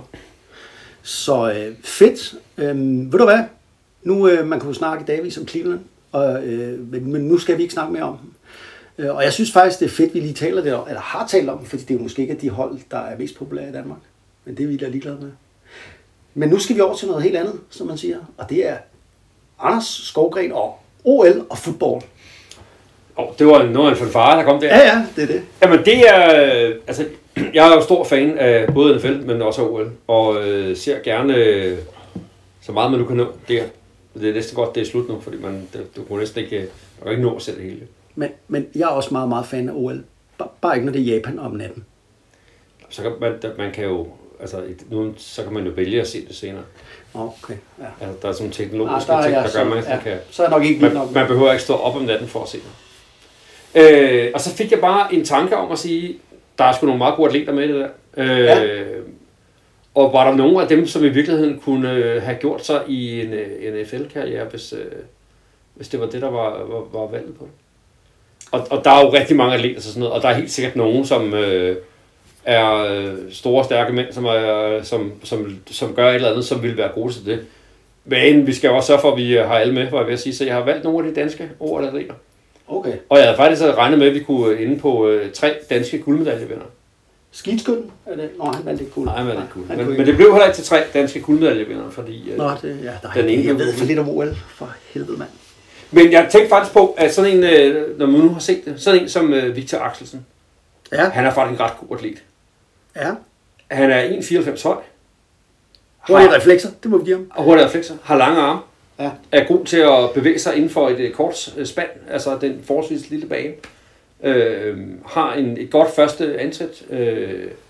Så øh, fedt. Øh, ved du hvad? Nu øh, man kan jo snakke i dagvis om Cleveland, og, øh, men, men nu skal vi ikke snakke mere om dem. Øh, og jeg synes faktisk, det er fedt, vi lige taler det om, eller har talt om dem, fordi det er jo måske ikke de hold, der er mest populære i Danmark. Men det er vi da ligeglade med. Men nu skal vi over til noget helt andet, som man siger, og det er Anders Skovgren og O L og fodbold. Oh, det var noget af en fanfare, der kom der. Ja, ja, det er det. Jamen det er, øh, altså, jeg er jo stor fan af både N F L, men også af O L, og øh, ser gerne øh, så meget man nu kan nå der. Det er næsten godt, det er slut nu, fordi man, det, du kunne næsten ikke, du kan ikke nå at se det hele. Men, men jeg er også meget, meget fan af O L. Bare, bare ikke, når det er Japan om natten. Så kan man, man kan jo, altså nu, så kan man jo vælge at se det senere. Okay, ja. Altså, der er sådan teknologiske Ah, der er ting, jeg der så- gør, man ja. kan... Så er jeg nok ikke vild Man, nok. man behøver ikke stå op om natten for at se det. Øh, og så fik jeg bare en tanke om at sige, der er sgu nogle meget gode atleter med i det der. Øh, Ja. Og var der nogen af dem, som i virkeligheden kunne øh, have gjort sig i en, en N F L-karriere, hvis, øh, hvis det var det, der var, var, var valget på det? Og, og der er jo rigtig mange atleter og sådan noget, og der er helt sikkert nogen, som øh, er øh, store, stærke mænd, som, er, som, som, som gør et eller andet, som vil være gode til det. Men vi skal jo også sørge for, at vi har alle med, var jeg ved at sige, så jeg har valgt nogle af de danske ord eller atleter. Okay. Og jeg havde faktisk regnet med, at vi kunne inde på øh, tre danske guldmedaljevinder. Skidskønnen? Er det? Nå, han vandt ikke guld. Nej, han vandt ikke guld. Han Men, kunne men det blev heller ikke til tre danske guldmedaljevinder, fordi øh, Nå, det, ja, der den ene... Jeg ved for lidt om O L, for helvede mand. Men jeg tænkte faktisk på, at sådan en, øh, når man nu har set det, sådan en som øh, Victor Axelsen, Ja, han er faktisk en ret god atlet. ja. Han er en komma fireoghalvfems høj. Hurtige reflekser, det må vi give ham. Og hurtige reflekser, har lange arme, Ja. er god til at bevæge sig inden for et øh, kort øh, spand, altså den forholdsvis lille bane. Øh, har en, et godt første ansæt. Øh,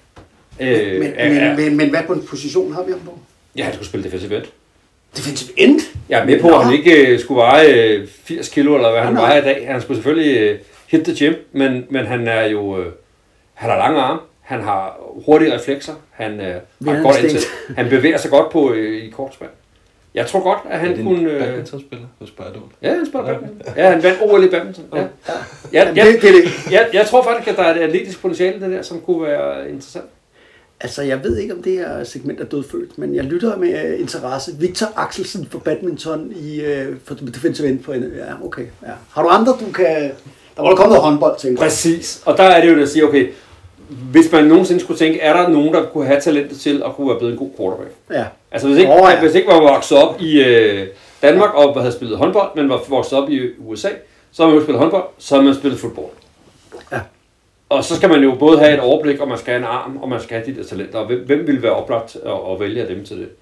øh, Men, er, men, er, men, men hvad på en position har vi ham på? ja, han skulle spille defensive end. Defensive end? Jeg er med på, at han ikke øh, skulle veje øh, firs kilo, eller hvad han Nej. vejer i dag. Han skulle selvfølgelig øh, hit the gym, men, men han er jo... Øh, han har lange arme, han har hurtige reflekser, han øh, har Vinder et godt instinkt. ansæt. Han bevæger sig godt på øh, i kortspand. Jeg tror godt, at han Er det kunne... en Øh, badmintonspiller hos Bardol? ja, han spiller badminton. Ja, han vandt O L i badminton. Ja. Ja, Jamen, ja, det, det er det. jeg, jeg tror faktisk, at der er et atletisk potentiale det der, som kunne være interessant. Altså, jeg ved ikke, om det her segment er dødfødt, men jeg lytter med uh, interesse. Victor Axelsen for badminton i uh, for defensive end på en. Ja, okay. Ja. Har du andre, du kan... Der var der kommet noget håndbold, tænker jeg. Præcis. Og der er det jo at sige, okay, hvis man nogensinde skulle tænke, er der nogen, der kunne have talentet til at kunne være blevet en god quarterback? Ja. Altså hvis ikke, Åh, oh, ja. ja. hvis ikke man var vokset op i øh, Danmark og havde spillet håndbold, men var vokset op i U S A, så har man jo spillet håndbold, så har man spillet fodbold. Ja. Og så skal man jo både have et overblik, og man skal have en arm, og man skal have de der talenter. Og hvem, hvem vil være oplagt at, at vælge af dem til det?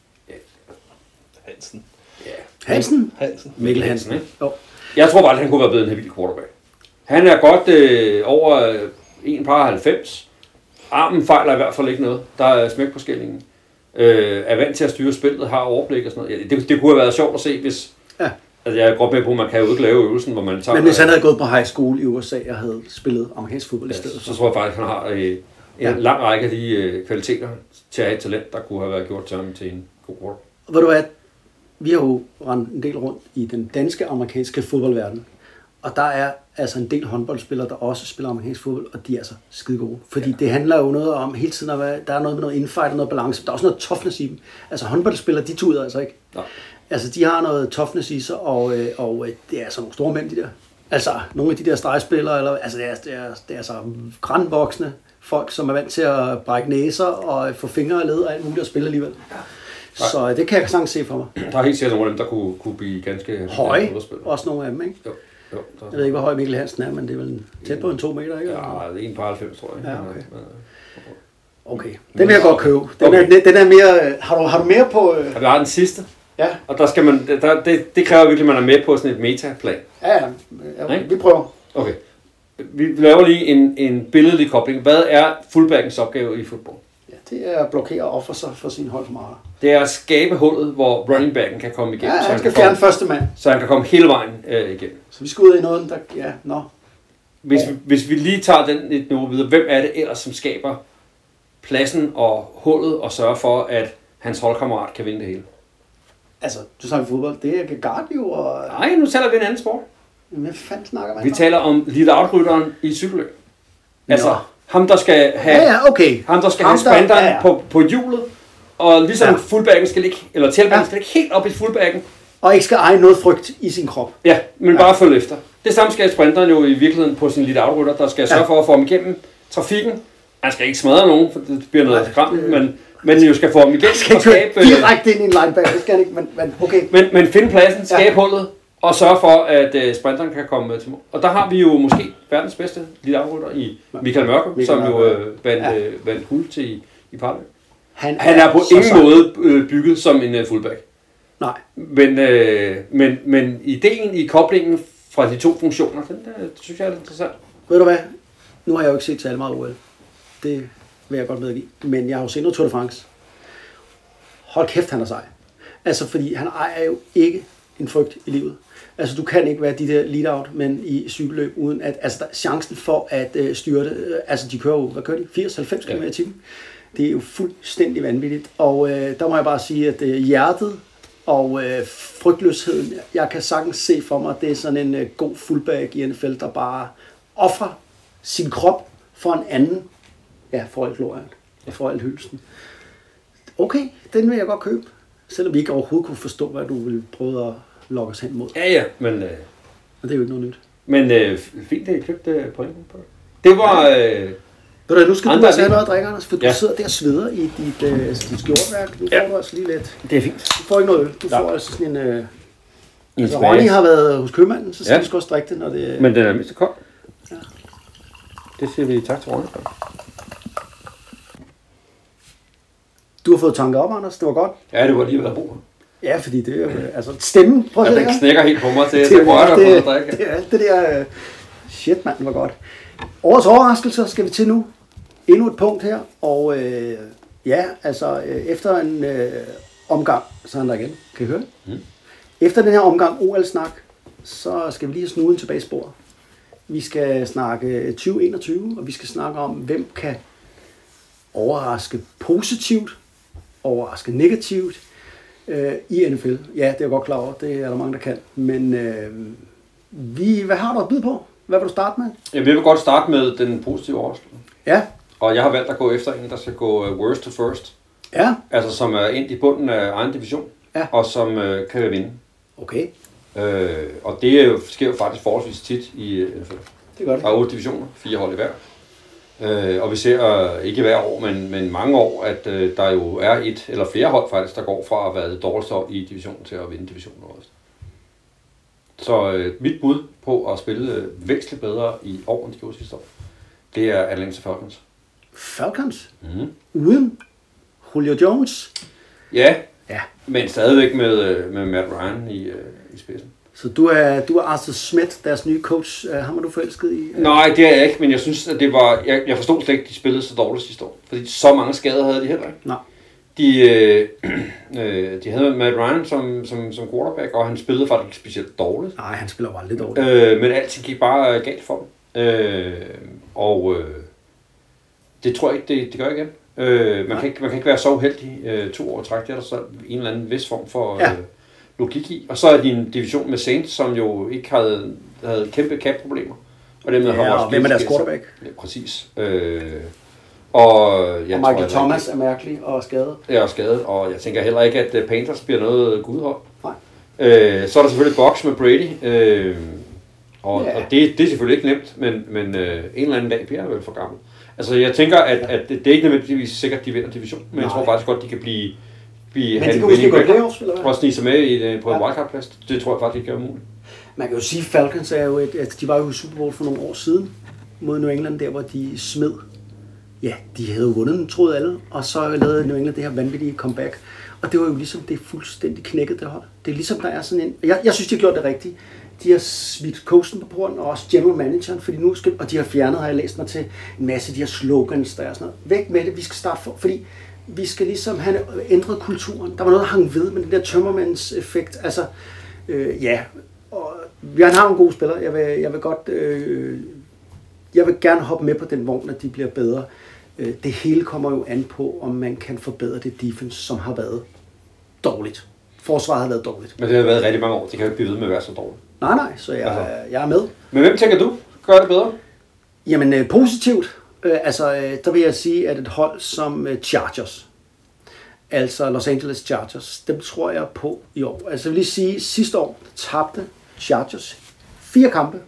Hansen. Ja. Hansen? Hansen. Mikkel Hansen, ikke? Jo. Jeg tror bare, at han kunne være blevet en habil quarterback. Han er godt øh, over øh, en par halvfems. Armen fejler i hvert fald ikke noget. Der er smæk på skillingen. Øh, er vant til at styre spillet, har overblik og sådan noget. Ja, det, det kunne have været sjovt at se, hvis... Ja. Altså, jeg er godt med på, at man kan jo ikke lave øvelsen, hvor man tager... Men hvis han havde gået på high school i U S A og havde spillet amerikansk fodbold i ja, stedet så for. tror jeg faktisk, at han har øh, en Ja. lang række af de øh, kvaliteter til at have et talent, der kunne have været gjort til ham til en god quarterback. Og ved du hvad, vi har jo rendt en del rundt i den danske amerikanske fodboldverden. Og der er altså en del håndboldspillere, der også spiller amerikansk fodbold, og de er altså skide gode. Fordi ja. det handler jo noget om hele tiden, at være, der er noget med noget infight og noget balance. Der er også noget toughness i dem. Altså håndboldspillere, de tuder altså ikke. Nej. Altså de har noget toughness i sig, og, øh, og øh, det er altså nogle store mænd, de der. Altså nogle af de der stregspillere, eller, altså det er, det, er, det er altså grandvoksne folk, som er vant til at brække næser og få fingre og led og alt muligt at spille alligevel. Ja. Så det kan jeg sagtens se for mig. Der er helt sikkert nogle af dem, der kunne, kunne blive ganske... Høje, også nogle af dem, ikke? Jo. Jo, der... Jeg ved ikke, hvor høj Mikkel Hansen er, men det er vel tæt på en to meter, ikke? Ja, det er en par halvfems, tror jeg. Ja, okay. Men, Okay, den vil jeg godt købe. Den, Okay. er, den er mere... Har du, har du mere på... Øh... ja, vi har den sidste, Ja, og der skal man, der, det, det kræver virkelig, at man er med på sådan et metaplan. ja, ja, ja Ikke? vi prøver. Okay. Vi laver lige en, en billedlig kobling. Hvad er fullbackens opgave i fodbold? Ja, det er at blokere og ofre sig for sin holdkammerater. Det er at skabe hullet, hvor running backen kan komme igennem, Ja, så, han han skal kan fjerne komme, første mand. så han kan komme hele vejen øh, igennem. Så vi skal ud i noget, der... Ja, nå. Hvis, vi, hvis vi lige tager den et niveau videre, hvem er det ellers, som skaber pladsen og hullet og sørger for, at hans holdkammerat kan vinde det hele? Altså, du snakker fodbold. Det er Gardio og... Nej, nu taler vi en anden sport. Hvad fanden snakker man Vi om? taler om lead-out-rytteren i cykelløb. Altså, Nå. ham der skal have, Ja, ja, okay. ham, der skal Ham, have sprinteren der- ja, ja. På, på hjulet, og ligesom Ja. ja. fullbacken skal ligge, eller tailbacken Ja. skal ligge helt op i fullbacken. Og ikke skal eje noget frygt i sin krop. Ja, men Ja. bare følge efter. Det samme skal sprinteren jo i virkeligheden på sin lead-out-rytter, der skal sørge Ja. for at få ham igennem trafikken. Han skal ikke smadre nogen, for det bliver noget Nej, skræmt, det- men, men jo skal få ham igennem Skal og ikke skabe, køre direkte ind i en linebacker. Det skal han ikke, men, men okay. men, men finde pladsen, skabe Ja. ja. hullet, og sørge for, at uh, sprinteren kan komme med til mål. Og der har vi jo måske verdens bedste lead-out-rytter i Michael Mørke, Michael som jo Mørke, øh, vandt, ja. øh, vandt guld til i, i parløb. Han, Han er på så ingen sej. måde øh, bygget som en øh, fullback. Nej. Men, øh, men, men ideen i koblingen fra de to funktioner, den, der, det synes jeg er lidt interessant. Ved du hvad? Nu har jeg jo ikke set særlig meget O L. Det vil jeg godt medgive. Men jeg har jo set noget Tour de France. Hold kæft, han er sej. Altså, fordi han ejer jo ikke en frygt i livet. Altså, du kan ikke være de der lead-out, men i cykelløb, uden at... Altså, der, chancen for at øh, styre det... Øh, altså, de kører jo... Hvad kører de? firs til halvfems Ja. km i timen. Det er jo fuldstændig vanvittigt. Og øh, der må jeg bare sige, at øh, hjertet og øh, frygtløsheden, jeg kan sagtens se for mig, at det er sådan en øh, god fullback i N F L, der bare offrer sin krop for en anden. Ja, for alt glorien. Og for alt hyldelsen. Okay, den vil jeg godt købe. Selvom vi ikke overhovedet kunne forstå, hvad du ville prøve at lokke os hen mod. Ja, ja, men... Øh, og det er jo ikke noget nyt. men øh, fint, at I købte pointen på. Det var... Øh, Ved du, nu skal du andre også have lige- noget at drikke, Anders, for Ja. du sidder der og sveder i dit, øh, dit skjortværk. Nu får Ja. du altså lige lidt. det er fint. Du får ikke noget øl. Du Ja. får altså sådan en... Øh, En altså, smag. Ronny har været hos købmanden, så skal Ja. vi sgu også drikke det, når det... Men den er mindst kold. Ja. Det siger vi tak til Ronny for. Du har fået tanker op, Anders. Det var godt. Ja, det var lige, hvad der brug. Ja, fordi det er jo... Altså, stemmen. Prøv at Ja, se den her. knækker helt på mig til, Det det er rører alt der på det, at drikke. det er alt det der... Øh, shit, mand, det var godt. Årets overraskelser skal vi til nu. Endnu et punkt her. Og øh, ja, altså, øh, efter en øh, omgang, så er han der igen. Kan I høre det? Mm. Efter den her omgang O L-snak, så skal vi lige have snuden tilbage i sporet. Vi skal snakke tyve enogtyve, og vi skal snakke om, hvem kan overraske positivt, overraske negativt øh, i N F L. Ja, det er jeg godt klar over, det er der mange, der kan. Men øh, vi, hvad har du at byde på? Hvad vil du starte med? Jamen, jeg vil godt starte med den positive overraskelse. Ja, Og jeg har valgt at gå efter en, der skal gå uh, worst to first. ja, Altså, som er ind i bunden af egen division. Ja. Og som uh, kan vinde. okay, Øh, og det er jo, sker jo faktisk forholdsvis tit i N F L. det gør det. Der er otte divisioner, fire hold i hver. Øh, og vi ser, øh, ikke hver år, men, men mange år, at øh, der jo er et eller flere hold faktisk, der går fra at være det dårligste hold i divisionen til at vinde divisionen også. Så øh, mit bud på at spille øh, væsentligt bedre i år, end de gjorde sidste år, det er Atlanta Falcons. Falcons, Mm-hmm. uden Julio Jones. Ja, Ja, men stadigvæk med, øh, med Matt Ryan i, øh, i spidsen. så du er, du er Arthur Smith, deres nye coach. Uh, ham er du forelsket i? Nej, det er jeg ikke, men jeg synes, at det var... Jeg, jeg forstod slet ikke, at de spillede så dårligt sidste år. Fordi så mange skader havde de heller ikke. Nej. De, øh, øh, de havde Matt Ryan som, som, som quarterback, og han spillede faktisk ikke specielt dårligt. Nej, han spiller bare lidt dårligt. Øh, men alting gik bare øh, galt for dem. Øh, og øh, det tror jeg ikke, det, det gør igen. Øh, man, kan ikke, man kan ikke være så uheldig øh, to år i træk. Det er der så en eller anden vis form for øh, Ja. logik i. Og så er de en division med Saints, som jo ikke havde, havde kæmpe cap-problemer. Og dermed har Ja, også og hvem er deres skilt- quarterback? Ja, præcis. Øh, og jeg Og tror, Michael at- Thomas er mærkelig og skadet. Jeg er skadet, og jeg tænker heller ikke, at øh, Panthers bliver noget gudhold. Nej. Øh, så er der selvfølgelig Bucks med Brady, øh, og, Ja. og det, det er selvfølgelig ikke nemt, men, men øh, en eller anden dag bliver jeg vel for gammel. Altså jeg tænker, at, at det, det er ikke nødvendigvis sikkert, at de vinder division, men jeg Nej. tror faktisk godt, de kan blive, blive Men de kan måske gå i playoffs, eller hvad? og snige sig med i, et- på en Ja. wildcard-plads. Det tror jeg faktisk ikke er umuligt. Man kan jo sige, at Falcons er jo et, at de var jo i Super Bowl for nogle år siden mod New England, der hvor de smed. Ja, de havde jo vundet den, troede alle, og så lavede New England det her vanvittige comeback. Og det var jo ligesom, det er fuldstændig knækket det hold. Det er ligesom, der er sådan en... Jeg, jeg synes, de har gjort det rigtigt. De har smidt coachen på porten, og også general manageren, fordi nu skal... Og de har fjernet, har jeg læst mig til, en masse af de her slogans, der er sådan noget. Væk med det, vi skal starte for... Fordi vi skal ligesom have ændret kulturen. Der var noget, der hang ved med den der tømmermænds effekt. Altså, øh, ja... Og vi har en god spiller. Jeg vil, jeg vil godt... Øh, jeg vil gerne hoppe med på den vogn, at de bliver bedre. Øh, Det hele kommer jo an på, om man kan forbedre det defense, som har været dårligt. Forsvaret har været dårligt. Men det har været rigtig mange år. Det kan jo ikke blive ved med at være så dårligt. Nej, nej, så jeg, Altså. jeg er med. Men hvem tænker du gør det bedre? Jamen, øh, positivt, øh, altså, øh, der vil jeg sige, at et hold som øh, Chargers, altså Los Angeles Chargers, dem tror jeg på i år. Altså, jeg vil lige sige, sidste år tabte Chargers fire kampe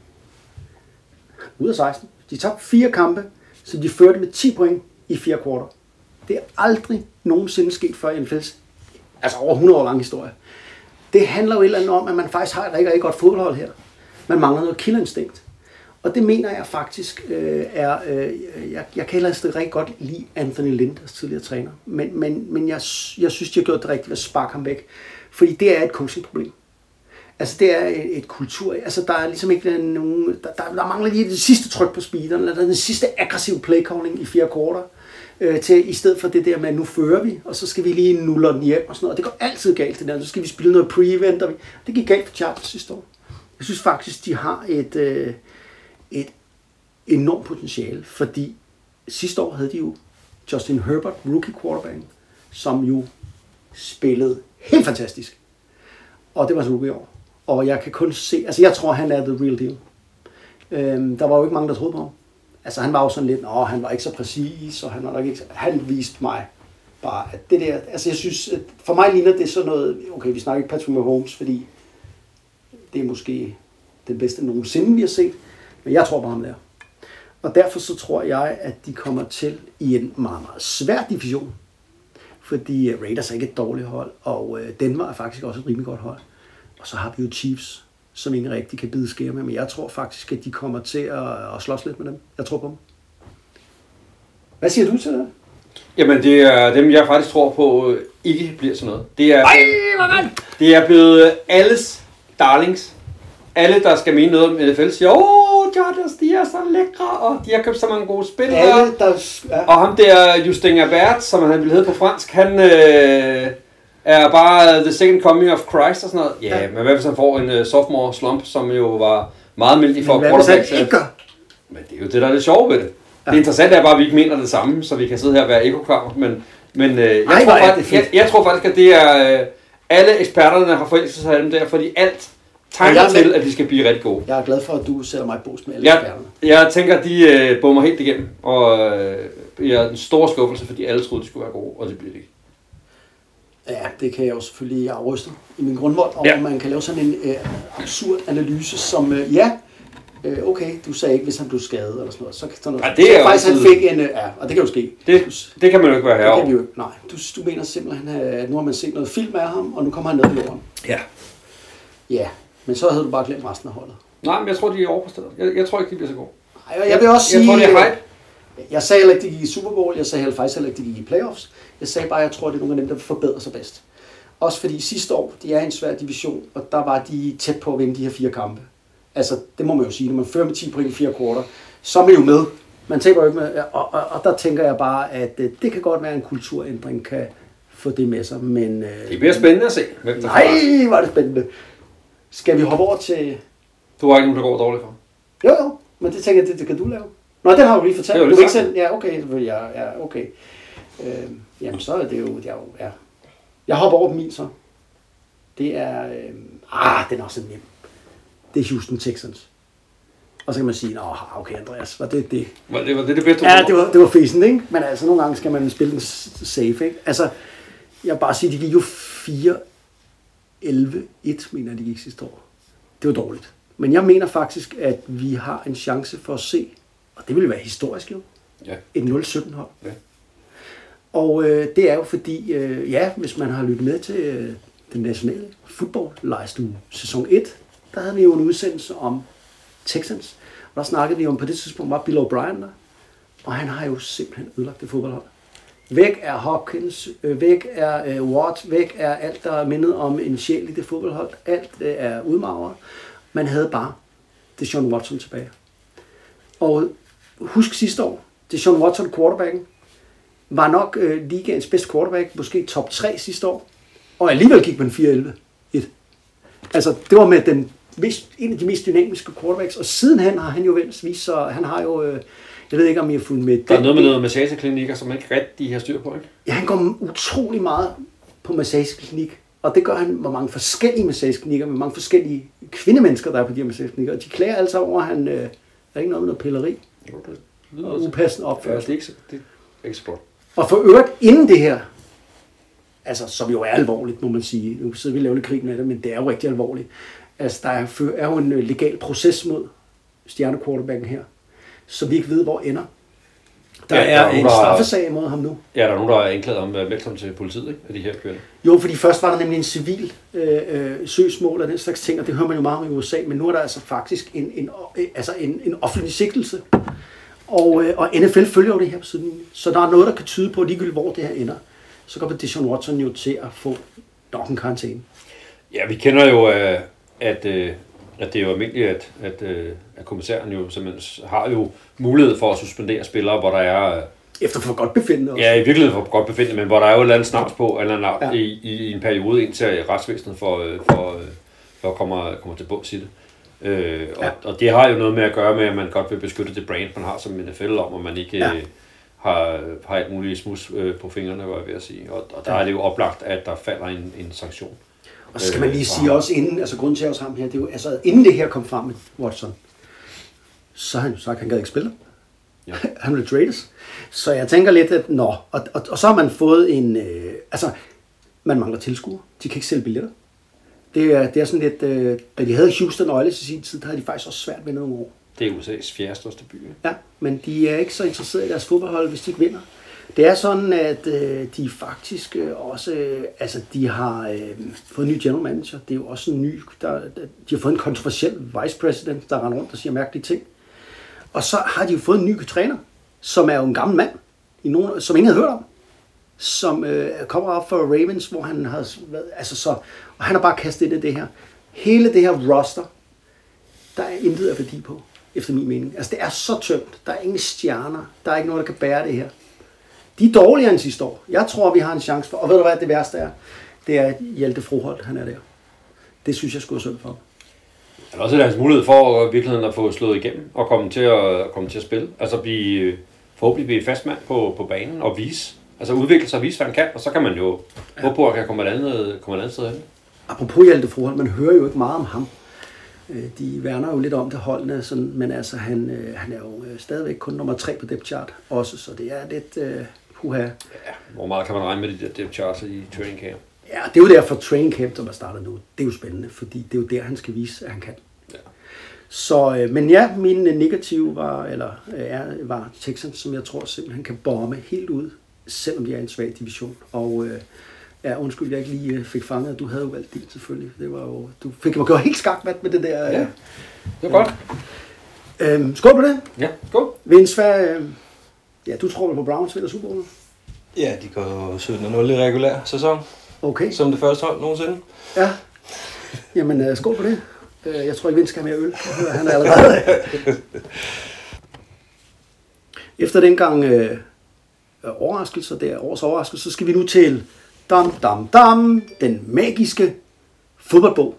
ud af seksten. De tabte fire kampe, så de førte med ti point i fire kvarter. Det er aldrig nogensinde sket før i N F L's, altså over hundrede år lang historie. Det handler jo et eller andet om, at man faktisk har et rigtig, rigtig godt fodboldhold her. Man mangler noget killerinstinkt. Og det mener jeg faktisk øh, er... Øh, jeg, jeg kan ellers rigtig godt lide Anthony Lynn, deres tidligere træner. Men, men, men jeg, jeg synes, de har gjort det rigtigt ved at sparke ham væk. Fordi det er et coachingproblem. Altså det er et, et kultur... Altså der er ligesom ikke nogen... Der, der, der mangler lige det sidste tryk på speederen, eller den sidste aggressive playcalling i fire kvarter. Øh, til, I stedet for det der med, at nu fører vi, og så skal vi lige nulle den hjem og sådan noget. Det går altid galt det der. Så skal vi spille noget pre-event. Og vi, det gik galt for Chargers sidste år. Jeg synes faktisk, de har et... Øh, et enormt potentiale, fordi sidste år havde de jo Justin Herbert, rookie quarterback, som jo spillede helt fantastisk. Og det var så rookie år. Og jeg kan kun se, altså jeg tror, han er the real deal. Øhm, der var jo ikke mange, der troede på ham. Altså han var jo sådan lidt, åh, han var ikke så præcis, og han var nok ikke, han viste mig bare, at det der, altså jeg synes, at for mig ligner det sådan noget, okay, vi snakker ikke Patrick Mahomes, fordi det er måske den bedste nogensinde, vi har set, men jeg tror på ham der. Og derfor så tror jeg, at de kommer til i en meget, meget svær division, fordi Raiders er ikke et dårligt hold, og Denver er faktisk også et rimelig godt hold. Og så har vi jo Chiefs, som ingen rigtig kan bide skære med, men jeg tror faktisk, at de kommer til at, at slås lidt med dem. Jeg tror på dem. Hvad siger du til det? Jamen, det er dem, jeg faktisk tror på, ikke bliver sådan noget. Det er, Ej, hvordan? det er blevet alles darlings. Alle, der skal mene noget om N F L, siger, åh, Chargers, de er så lækre, og de har købt så mange gode spillere. Alle, der, ja. Og ham der, Justin Herbert, som han ville hedde på fransk, han øh, er bare the second coming of Christ og sådan noget. Ja, ja. Men hvad hvis han får en uh, sophomore slump, som jo var meget mildt for quarterbacks? Hvad hvis han ikke gør? Men det er jo det, der er det sjove ved det. Ja. Det interessante er bare, at vi ikke mener det samme, så vi kan sidde her og være ekokammer. Men, men øh, jeg, Ej, tror faktisk, jeg, jeg tror faktisk, at det er... Øh, alle eksperterne har forelsket sig af dem der, fordi alt tegner ja, til, at de skal blive rigtig gode. Jeg er glad for, at du sætter mig i bås med alle jeg, eksperterne. Jeg tænker, at de øh, bommer helt igennem, og øh, jeg er en stor skuffelse, fordi alle troede, de skulle være gode, og det bliver det ikke. Ja, det kan jeg jo selvfølgelig afryste i min grundvold, og ja. Man kan lave sådan en øh, absurd analyse, som, øh, ja, øh, okay, du sagde ikke, hvis han blev skadet eller sådan noget, så kan sådan noget. Ja, det er så faktisk han fik en, øh, ja, og det kan jo ske. Det, det kan man jo ikke være herovre. Det kan vi jo, nej, du, du mener simpelthen, at nu har man set noget film af ham, og nu kommer han ned i jorden. Ja. Ja, men så havde du bare glemt resten af holdet. Nej, men jeg tror, de er overpræsteret. Jeg, jeg tror ikke, de bliver så gode. Nej, jeg vil også jeg, sige... Jeg tror, det er hype. Jeg sagde heller ikke, de gik i Super Bowl. Jeg sagde faktisk heller ikke, de gik i playoffs. Jeg sagde bare, at jeg tror, det er nogle af dem, der vil forbedre sig bedst. Også fordi sidste år, de er i en svær division, og der var de tæt på at vinde de her fire kampe. Altså, det må man jo sige. Når man fører med ti point i fire kvarter, så er man jo med. Man taber jo ikke med. Og, og, og der tænker jeg bare, at det kan godt være, at en kulturændring kan få det med sig. Men, det bliver spændende at se. Hvem der nej, var det spændende. Skal vi hoppe over til... Du har ikke nogen, der går dårligt for. Jo, jo. Men det tænker jeg, det, det kan du lave. Nå, den har du lige fortalt. Det var du lige ikke selv... Ja, okay. Ja, ja, okay. Øh, jamen, så er det jo... Det er jo ja. Jeg hopper over på min så. Det er... Øh, ah, den er også nem. Det er Houston Texans. Og så kan man sige, åh, okay, Andreas, var det det? Var det var det, det bedste? Ja, det var, det var fesen, ikke? Men altså, nogle gange skal man spille den safe, ikke? Altså, jeg vil bare sige, de gik jo fire elleve et, mener de gik sidste år. Det var dårligt. Men jeg mener faktisk, at vi har en chance for at se, og det ville være historisk jo, ja. Et nul sytten hold. Ja. Og øh, det er jo fordi, øh, ja, hvis man har lyttet med til øh, den nationale fodboldlejstue sæson et, der havde vi jo en udsendelse om Texans. Og der snakkede vi om, på det tidspunkt var Bill O'Brien der, og han har jo simpelthen ødelagt det fodboldhold. Væk er Hopkins, øh, væk er øh, Watt, væk er alt, der er mindet om en sjæl i det fodboldhold. Alt øh, er udmagret. Man havde bare Deshaun Watson tilbage. Og husk sidste år, Deshaun Watson, quarterbacken, var nok øh, ligaens bedste quarterback, måske top tre sidste år, og alligevel gik man fire elleve et. Altså, det var med den mest, en af de mest dynamiske quarterbacks, og sidenhen har han jo vist, så han har jo, øh, jeg ved ikke, om I har fundet med... Der er noget med noget massageklinikker, som man ikke rigtig har styr på, ikke? Ja, han går utrolig meget på massageklinik, og det gør han med mange forskellige massageklinikker, med mange forskellige kvindemennesker, der er på de her massageklinikker, og de klager altså over, at han øh, er ikke noget med noget pilleri og upassende opførsel. Ja, det er ikke, det er ikke så godt. Og for øvrigt, inden det her, altså, som jo er alvorligt, må man sige, nu sidder vi og laver lidt krig med det, men det er jo rigtig alvorligt. Altså, der er, er jo en legal proces mod stjernequarterbacken her, så vi ikke ved, hvor ender. Der, ja, der er, er en straffesag mod ham nu. Ja, der er nogen, der er anklaget om at velkommen til politiet, ikke? Af de her kvinder. Jo, fordi først var der nemlig en civil øh, øh, søgsmål og den slags ting, og det hører man jo meget om i U S A, men nu er der altså faktisk en, en, altså en, en offentlig sigtelse. Og, øh, og N F L følger jo det her på siden. Så der er noget, der kan tyde på, ligegyldigt hvor det her ender. Så kommer Deshaun Watson jo til at få nok en karantæne. Ja, vi kender jo, at, at, at det er jo almindeligt, at, at, at kommissæren jo simpelthen har jo mulighed for at suspendere spillere, hvor der er... Efter for godt befindende også. Ja, i virkeligheden for godt befindende, men hvor der er jo et eller andet snavs på, eller andet ja. i, i en periode indtil retsvæsenet for, for, for at komme, komme til bunds i det. Øh, og, ja. og det har jo noget med at gøre med, at man godt vil beskytte det brand, man har som N F L om, og man ikke, ja. har, har alt muligt smus øh, på fingrene, var jeg ved at sige. Og, og der er det jo oplagt, at der falder en, en sanktion. Og så skal man lige sige også inden, altså grunden til at ham her, det er jo, altså inden det her kom frem med Watson, så har han jo sagt, at han gad ikke spille. Ja. Han ville trades. Så jeg tænker lidt, at nå, og, og, og så har man fået en, øh, altså man mangler tilskuere, de kan ikke sælge billetter. Det er, det er sådan lidt, øh, da de havde Houston Oilers i sin tid, der havde de faktisk også svært ved nogle år. Det er U S A's fjerde største by. Ja, men de er ikke så interesserede i deres fodboldhold, hvis de ikke vinder. Det er sådan, at øh, de faktisk øh, også, øh, altså de har øh, fået en ny general manager. Det er jo også en ny, der, de har fået en kontroversiel vice president, der render rundt og siger mærkelige ting. Og så har de jo fået en ny træner, som er jo en gammel mand, i nogen, som ingen havde hørt om. Som øh, kommer op for Ravens, hvor han har været, altså så, og han har bare kastet ind i det her. Hele det her roster, der er intet af værdi på, efter min mening. Altså det er så tømt, der er ingen stjerner, der er ikke noget, der kan bære det her. De er dårligere end sidste år. Jeg tror, vi har en chance for, og ved du hvad det værste er? Det er, at Hjalte Froholt, han er der. Det synes jeg skulle synd for. Er der også deres mulighed for at virkeligheden at få slået igennem og komme til at, komme til at spille? Altså blive, forhåbentlig blive fast mand på, på banen og vise, altså udvikle sig og vise, hvad han kan, og så kan man jo ja. håbe på, at han kommer et andet, kommer et andet sted hen. Apropos Hjalte Froholt, man hører jo ikke meget om ham. De værner jo lidt om det holdene, sådan, men altså han, han er jo stadigvæk kun nummer tre på depth chart også, så det er lidt uh, puha. Ja, hvor meget kan man regne med de der depth charts i training camp? Ja, det er jo derfor training camp, som er startet nu. Det er jo spændende, fordi det er jo der, han skal vise, at han kan. Ja. Så, øh, men ja, min negative var, eller, er, var Texans, som jeg tror simpelthen kan bomme helt ud, selvom de er en svag division. Og øh, ja, undskyld, jeg ikke lige fik fanget, at du havde jo valgt din selvfølgelig. Det var jo, du fik mig gjort helt skakmat med det der. Ja, det var godt. Øh, skål på det. Ja, skål. Vince, hvad, øh, ja, du tror vel på Browns vinder Super Bowl? Ja, de går sytten nul i regulær sæson. Okay. Som det første hold nogensinde. Ja. Jamen, øh, skål på det. Øh, jeg tror ikke, Vince skal have mere øl. Jeg hører, han er allerede. Efter den gang øh, overraskelser, der års overraskelse, så skal vi nu til dam, dam, dam, den magiske fodboldbog.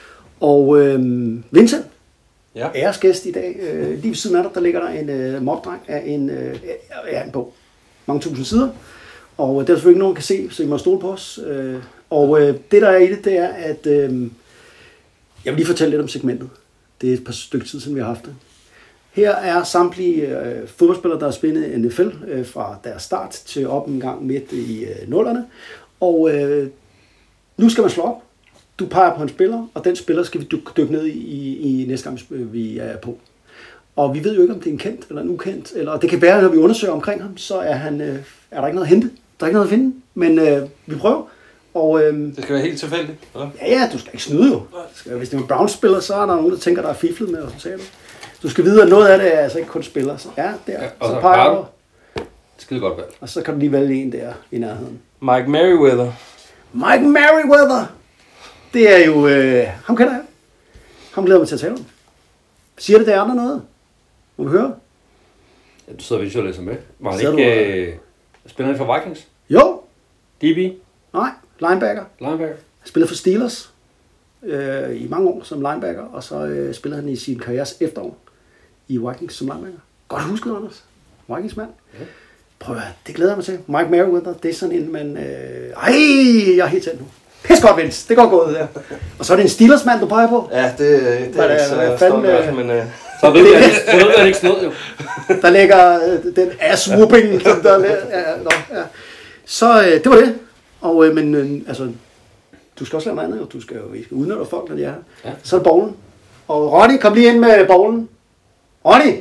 Og øh, Vincent, ja. æresgæst i dag. Øh, lige ved siden af dig, der ligger der en øh, mobdreng af en, øh, af en bog. Mange tusind sider. Og det er selvfølgelig ikke nogen, kan se, så I må stole på os. Og det, der er i det, det er, at øh, jeg vil lige fortælle lidt om segmentet. Det er et par stykke tid siden, vi har haft det. Her er samtlige øh, fodboldspillere, der har spillet N F L øh, fra deres start til op en gang midt i øh, nullerne. Og øh, nu skal man slå op. Du peger på en spiller, og den spiller skal vi dyk- dykke ned i, i, i næste gang, vi er på. Og vi ved jo ikke, om det er en kendt eller en ukendt. Eller, det kan være, når vi undersøger omkring ham, så er, han, øh, er der ikke noget at hente. Der er ikke noget at finde, men øh, vi prøver. Og, øh, det skal være helt tilfældigt, eller? Ja, ja, du skal ikke snyde jo. Skal, hvis det er en Browns-spiller, så er der nogen, der tænker, der er fiflet med resultatet. Du skal vide, at noget af det er altså ikke kun spiller. Så ja, der. Ja, og så så peger du. Skide godt valg. Og så kan du lige vælge en der i nærheden. Mike Merriweather. Mike Merriweather! Det er jo... Øh, ham kender jeg. Ham glæder mig til at tale om. Siger det der andre noget? Må vi høre? Ja, du sidder vist og læser med. Var han Sidder ikke... Øh, spiller han for Vikings? Jo. D B? Nej, linebacker. Linebacker? Han spillede for Steelers øh, i mange år som linebacker, og så øh, spillede han i sin karrieres efterår i Vikings som linebacker. Godt husket, Anders. Vikings mand. Ja. Prøv at det glæder jeg mig til. Mike Merriweather, det er sådan en, man... Øh, ej, jeg er helt tændt nu. Pisse godt, Vince. Det går godt der. Og så er det en Steelers mand, du peger på. Ja, det, det er ikke så stolt af, men... Øh... Så ved jeg, så ved jeg ikke sådan noget, jo. Der ligger øh, den ass-whooping, som der ja, no, ja. Så øh, det var det. Og, øh, men øh, altså, du skal også lave noget andet, jo. Du skal jo udnytte folk, når de er her. Ja. Så er det bowlen. Og Ronny, kom lige ind med bowlen. Ronny!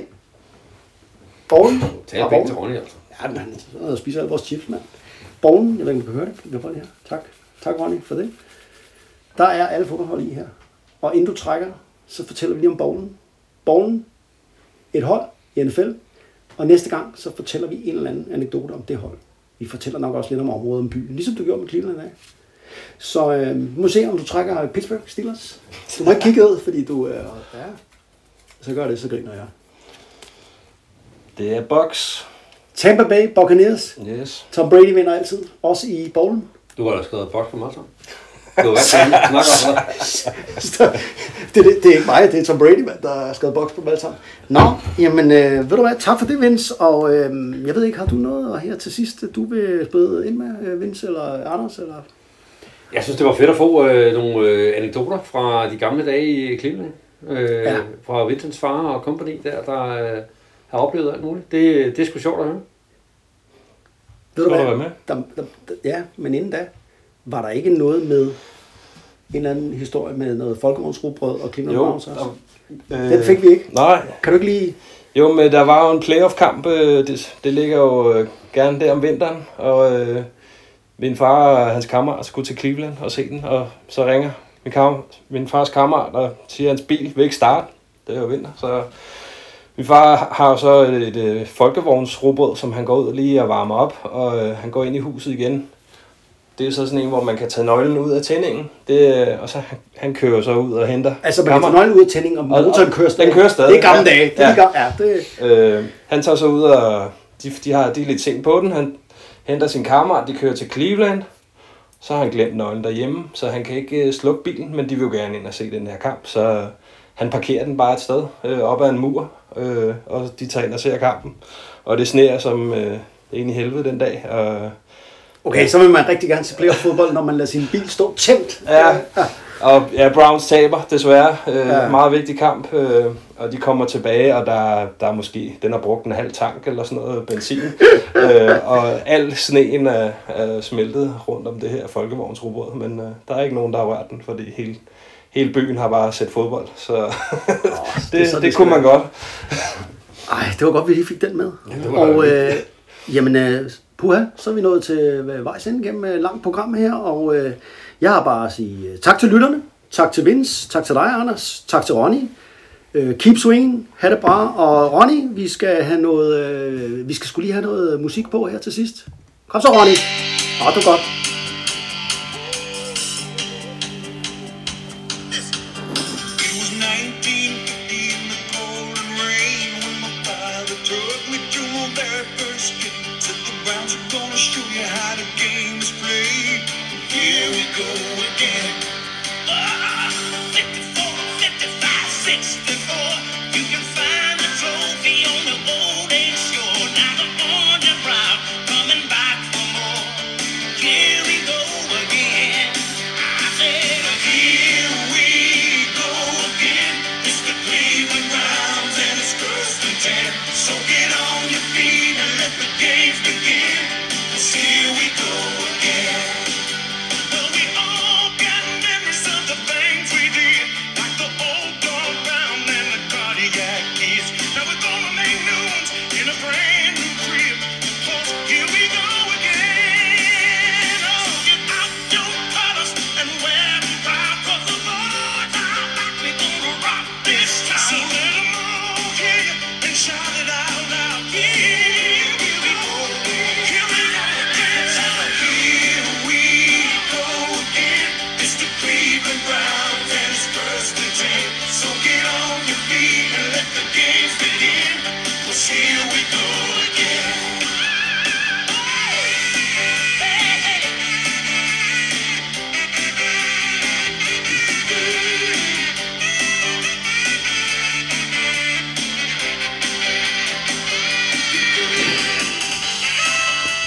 Bowlen. Tag et ben til Ronny, altså. Ja, men han spiser alle vores chips, mand. Bowlen, jeg ved ikke, om du kan høre det. Vi kan prøve det her. Tak. Tak, Ronny, for det. Der er alle fodboldhold i her. Og inden du trækker, så fortæller vi lige om bowlen. Bowlen, et hold i N F L, og næste gang, så fortæller vi en eller anden anekdote om det hold. Vi fortæller nok også lidt om området om byen, ligesom du gjorde med Cleveland i dag. Så øh, vi må se, om du trækker Pittsburgh Steelers. Du må ikke kigge ud, fordi du er... Øh, ja. Så gør det, så griner jeg. Det er Bucks. Tampa Bay Buccaneers. Yes. Tom Brady vinder altid, også i bowlen. Du har da skrevet Bucks på mig, så. Du hvad snakker om det? det, det, det er ikke mig, det er Tom Brady, mand, der har skrevet boks på dem alle sammen. Nå, jamen, øh, ved du hvad, tak for det, Vince, og øh, jeg ved ikke, har du noget her til sidst, du vil spille ind med, Vince eller Anders, eller? Jeg synes, det var fedt at få øh, nogle øh, anekdoter fra de gamle dage i Cleveland. Øh, ja. Fra Vincents far og company der, der øh, har oplevet alt muligt. Det, det er sgu sjovt at høre. Ved du hvad, med? Der, der, der, ja, men inden da, var der ikke noget med en eller anden historie med noget folkevognsrugbrød og Cleveland Browns også? Øh, Den fik vi ikke. Nej. Kan du ikke lige... Jo, men der var jo en playoff-kamp. Det, det ligger jo øh, gerne der om vinteren, og øh, min far og hans kammerat skulle til Cleveland og se den, og så ringer min, kam- min fars kammerat og siger, at hans bil vil ikke starte. Det er jo vinter, så... Min far har jo så et, et folkevognsrugbrød, som han går ud lige og varmer op, og øh, han går ind i huset igen. Det er så sådan en, hvor man kan tage nøglen ud af tændingen, det, og så han, han kører så ud og henter. Altså man kan tage nøglen ud af tændingen, og motoren kører stadig? Den kører stadig. Det er gamle dage. Det er ja. Ja, det... Øh, han tager så ud, og de, de har de lidt ting på den. Han henter sin kammerat, de kører til Cleveland. Så har han glemt nøglen derhjemme, så han kan ikke slukke bilen, men de vil jo gerne ind og se den her kamp, så... Han parkerer den bare et sted, øh, op ad en mur, øh, og de tager ind og ser kampen. Og det sneer som øh, en i helvede den dag. Og, okay, så vil man rigtig gerne se playoff-fodbold, når man lader sin bil stå tændt. Ja, og ja, Browns taber desværre. Øh, ja. Meget vigtig kamp, øh, og de kommer tilbage, og der, der er måske, den har brugt en halv tank eller sådan noget benzin. øh, og al sneen er, er smeltet rundt om det her folkevognsrugbrød, men øh, der er ikke nogen, der har rørt den, fordi hele... Hele byen har bare set fodbold, så oh, det, det, det, det kunne man godt. Ej, det var godt, vi lige fik den med. Ja, og øh, jamen, øh, puha, så er vi nået til øh, vejs ende gennem et langt program her, og øh, jeg har bare at sige øh, tak til lytterne, tak til Vince, tak til dig, Anders, tak til Ronny. Øh, keep swinging, ha' det bra, og Ronny, vi skal have noget, øh, vi skal skulle lige have noget musik på her til sidst. Kom så, Ronny. Åh, det er godt. So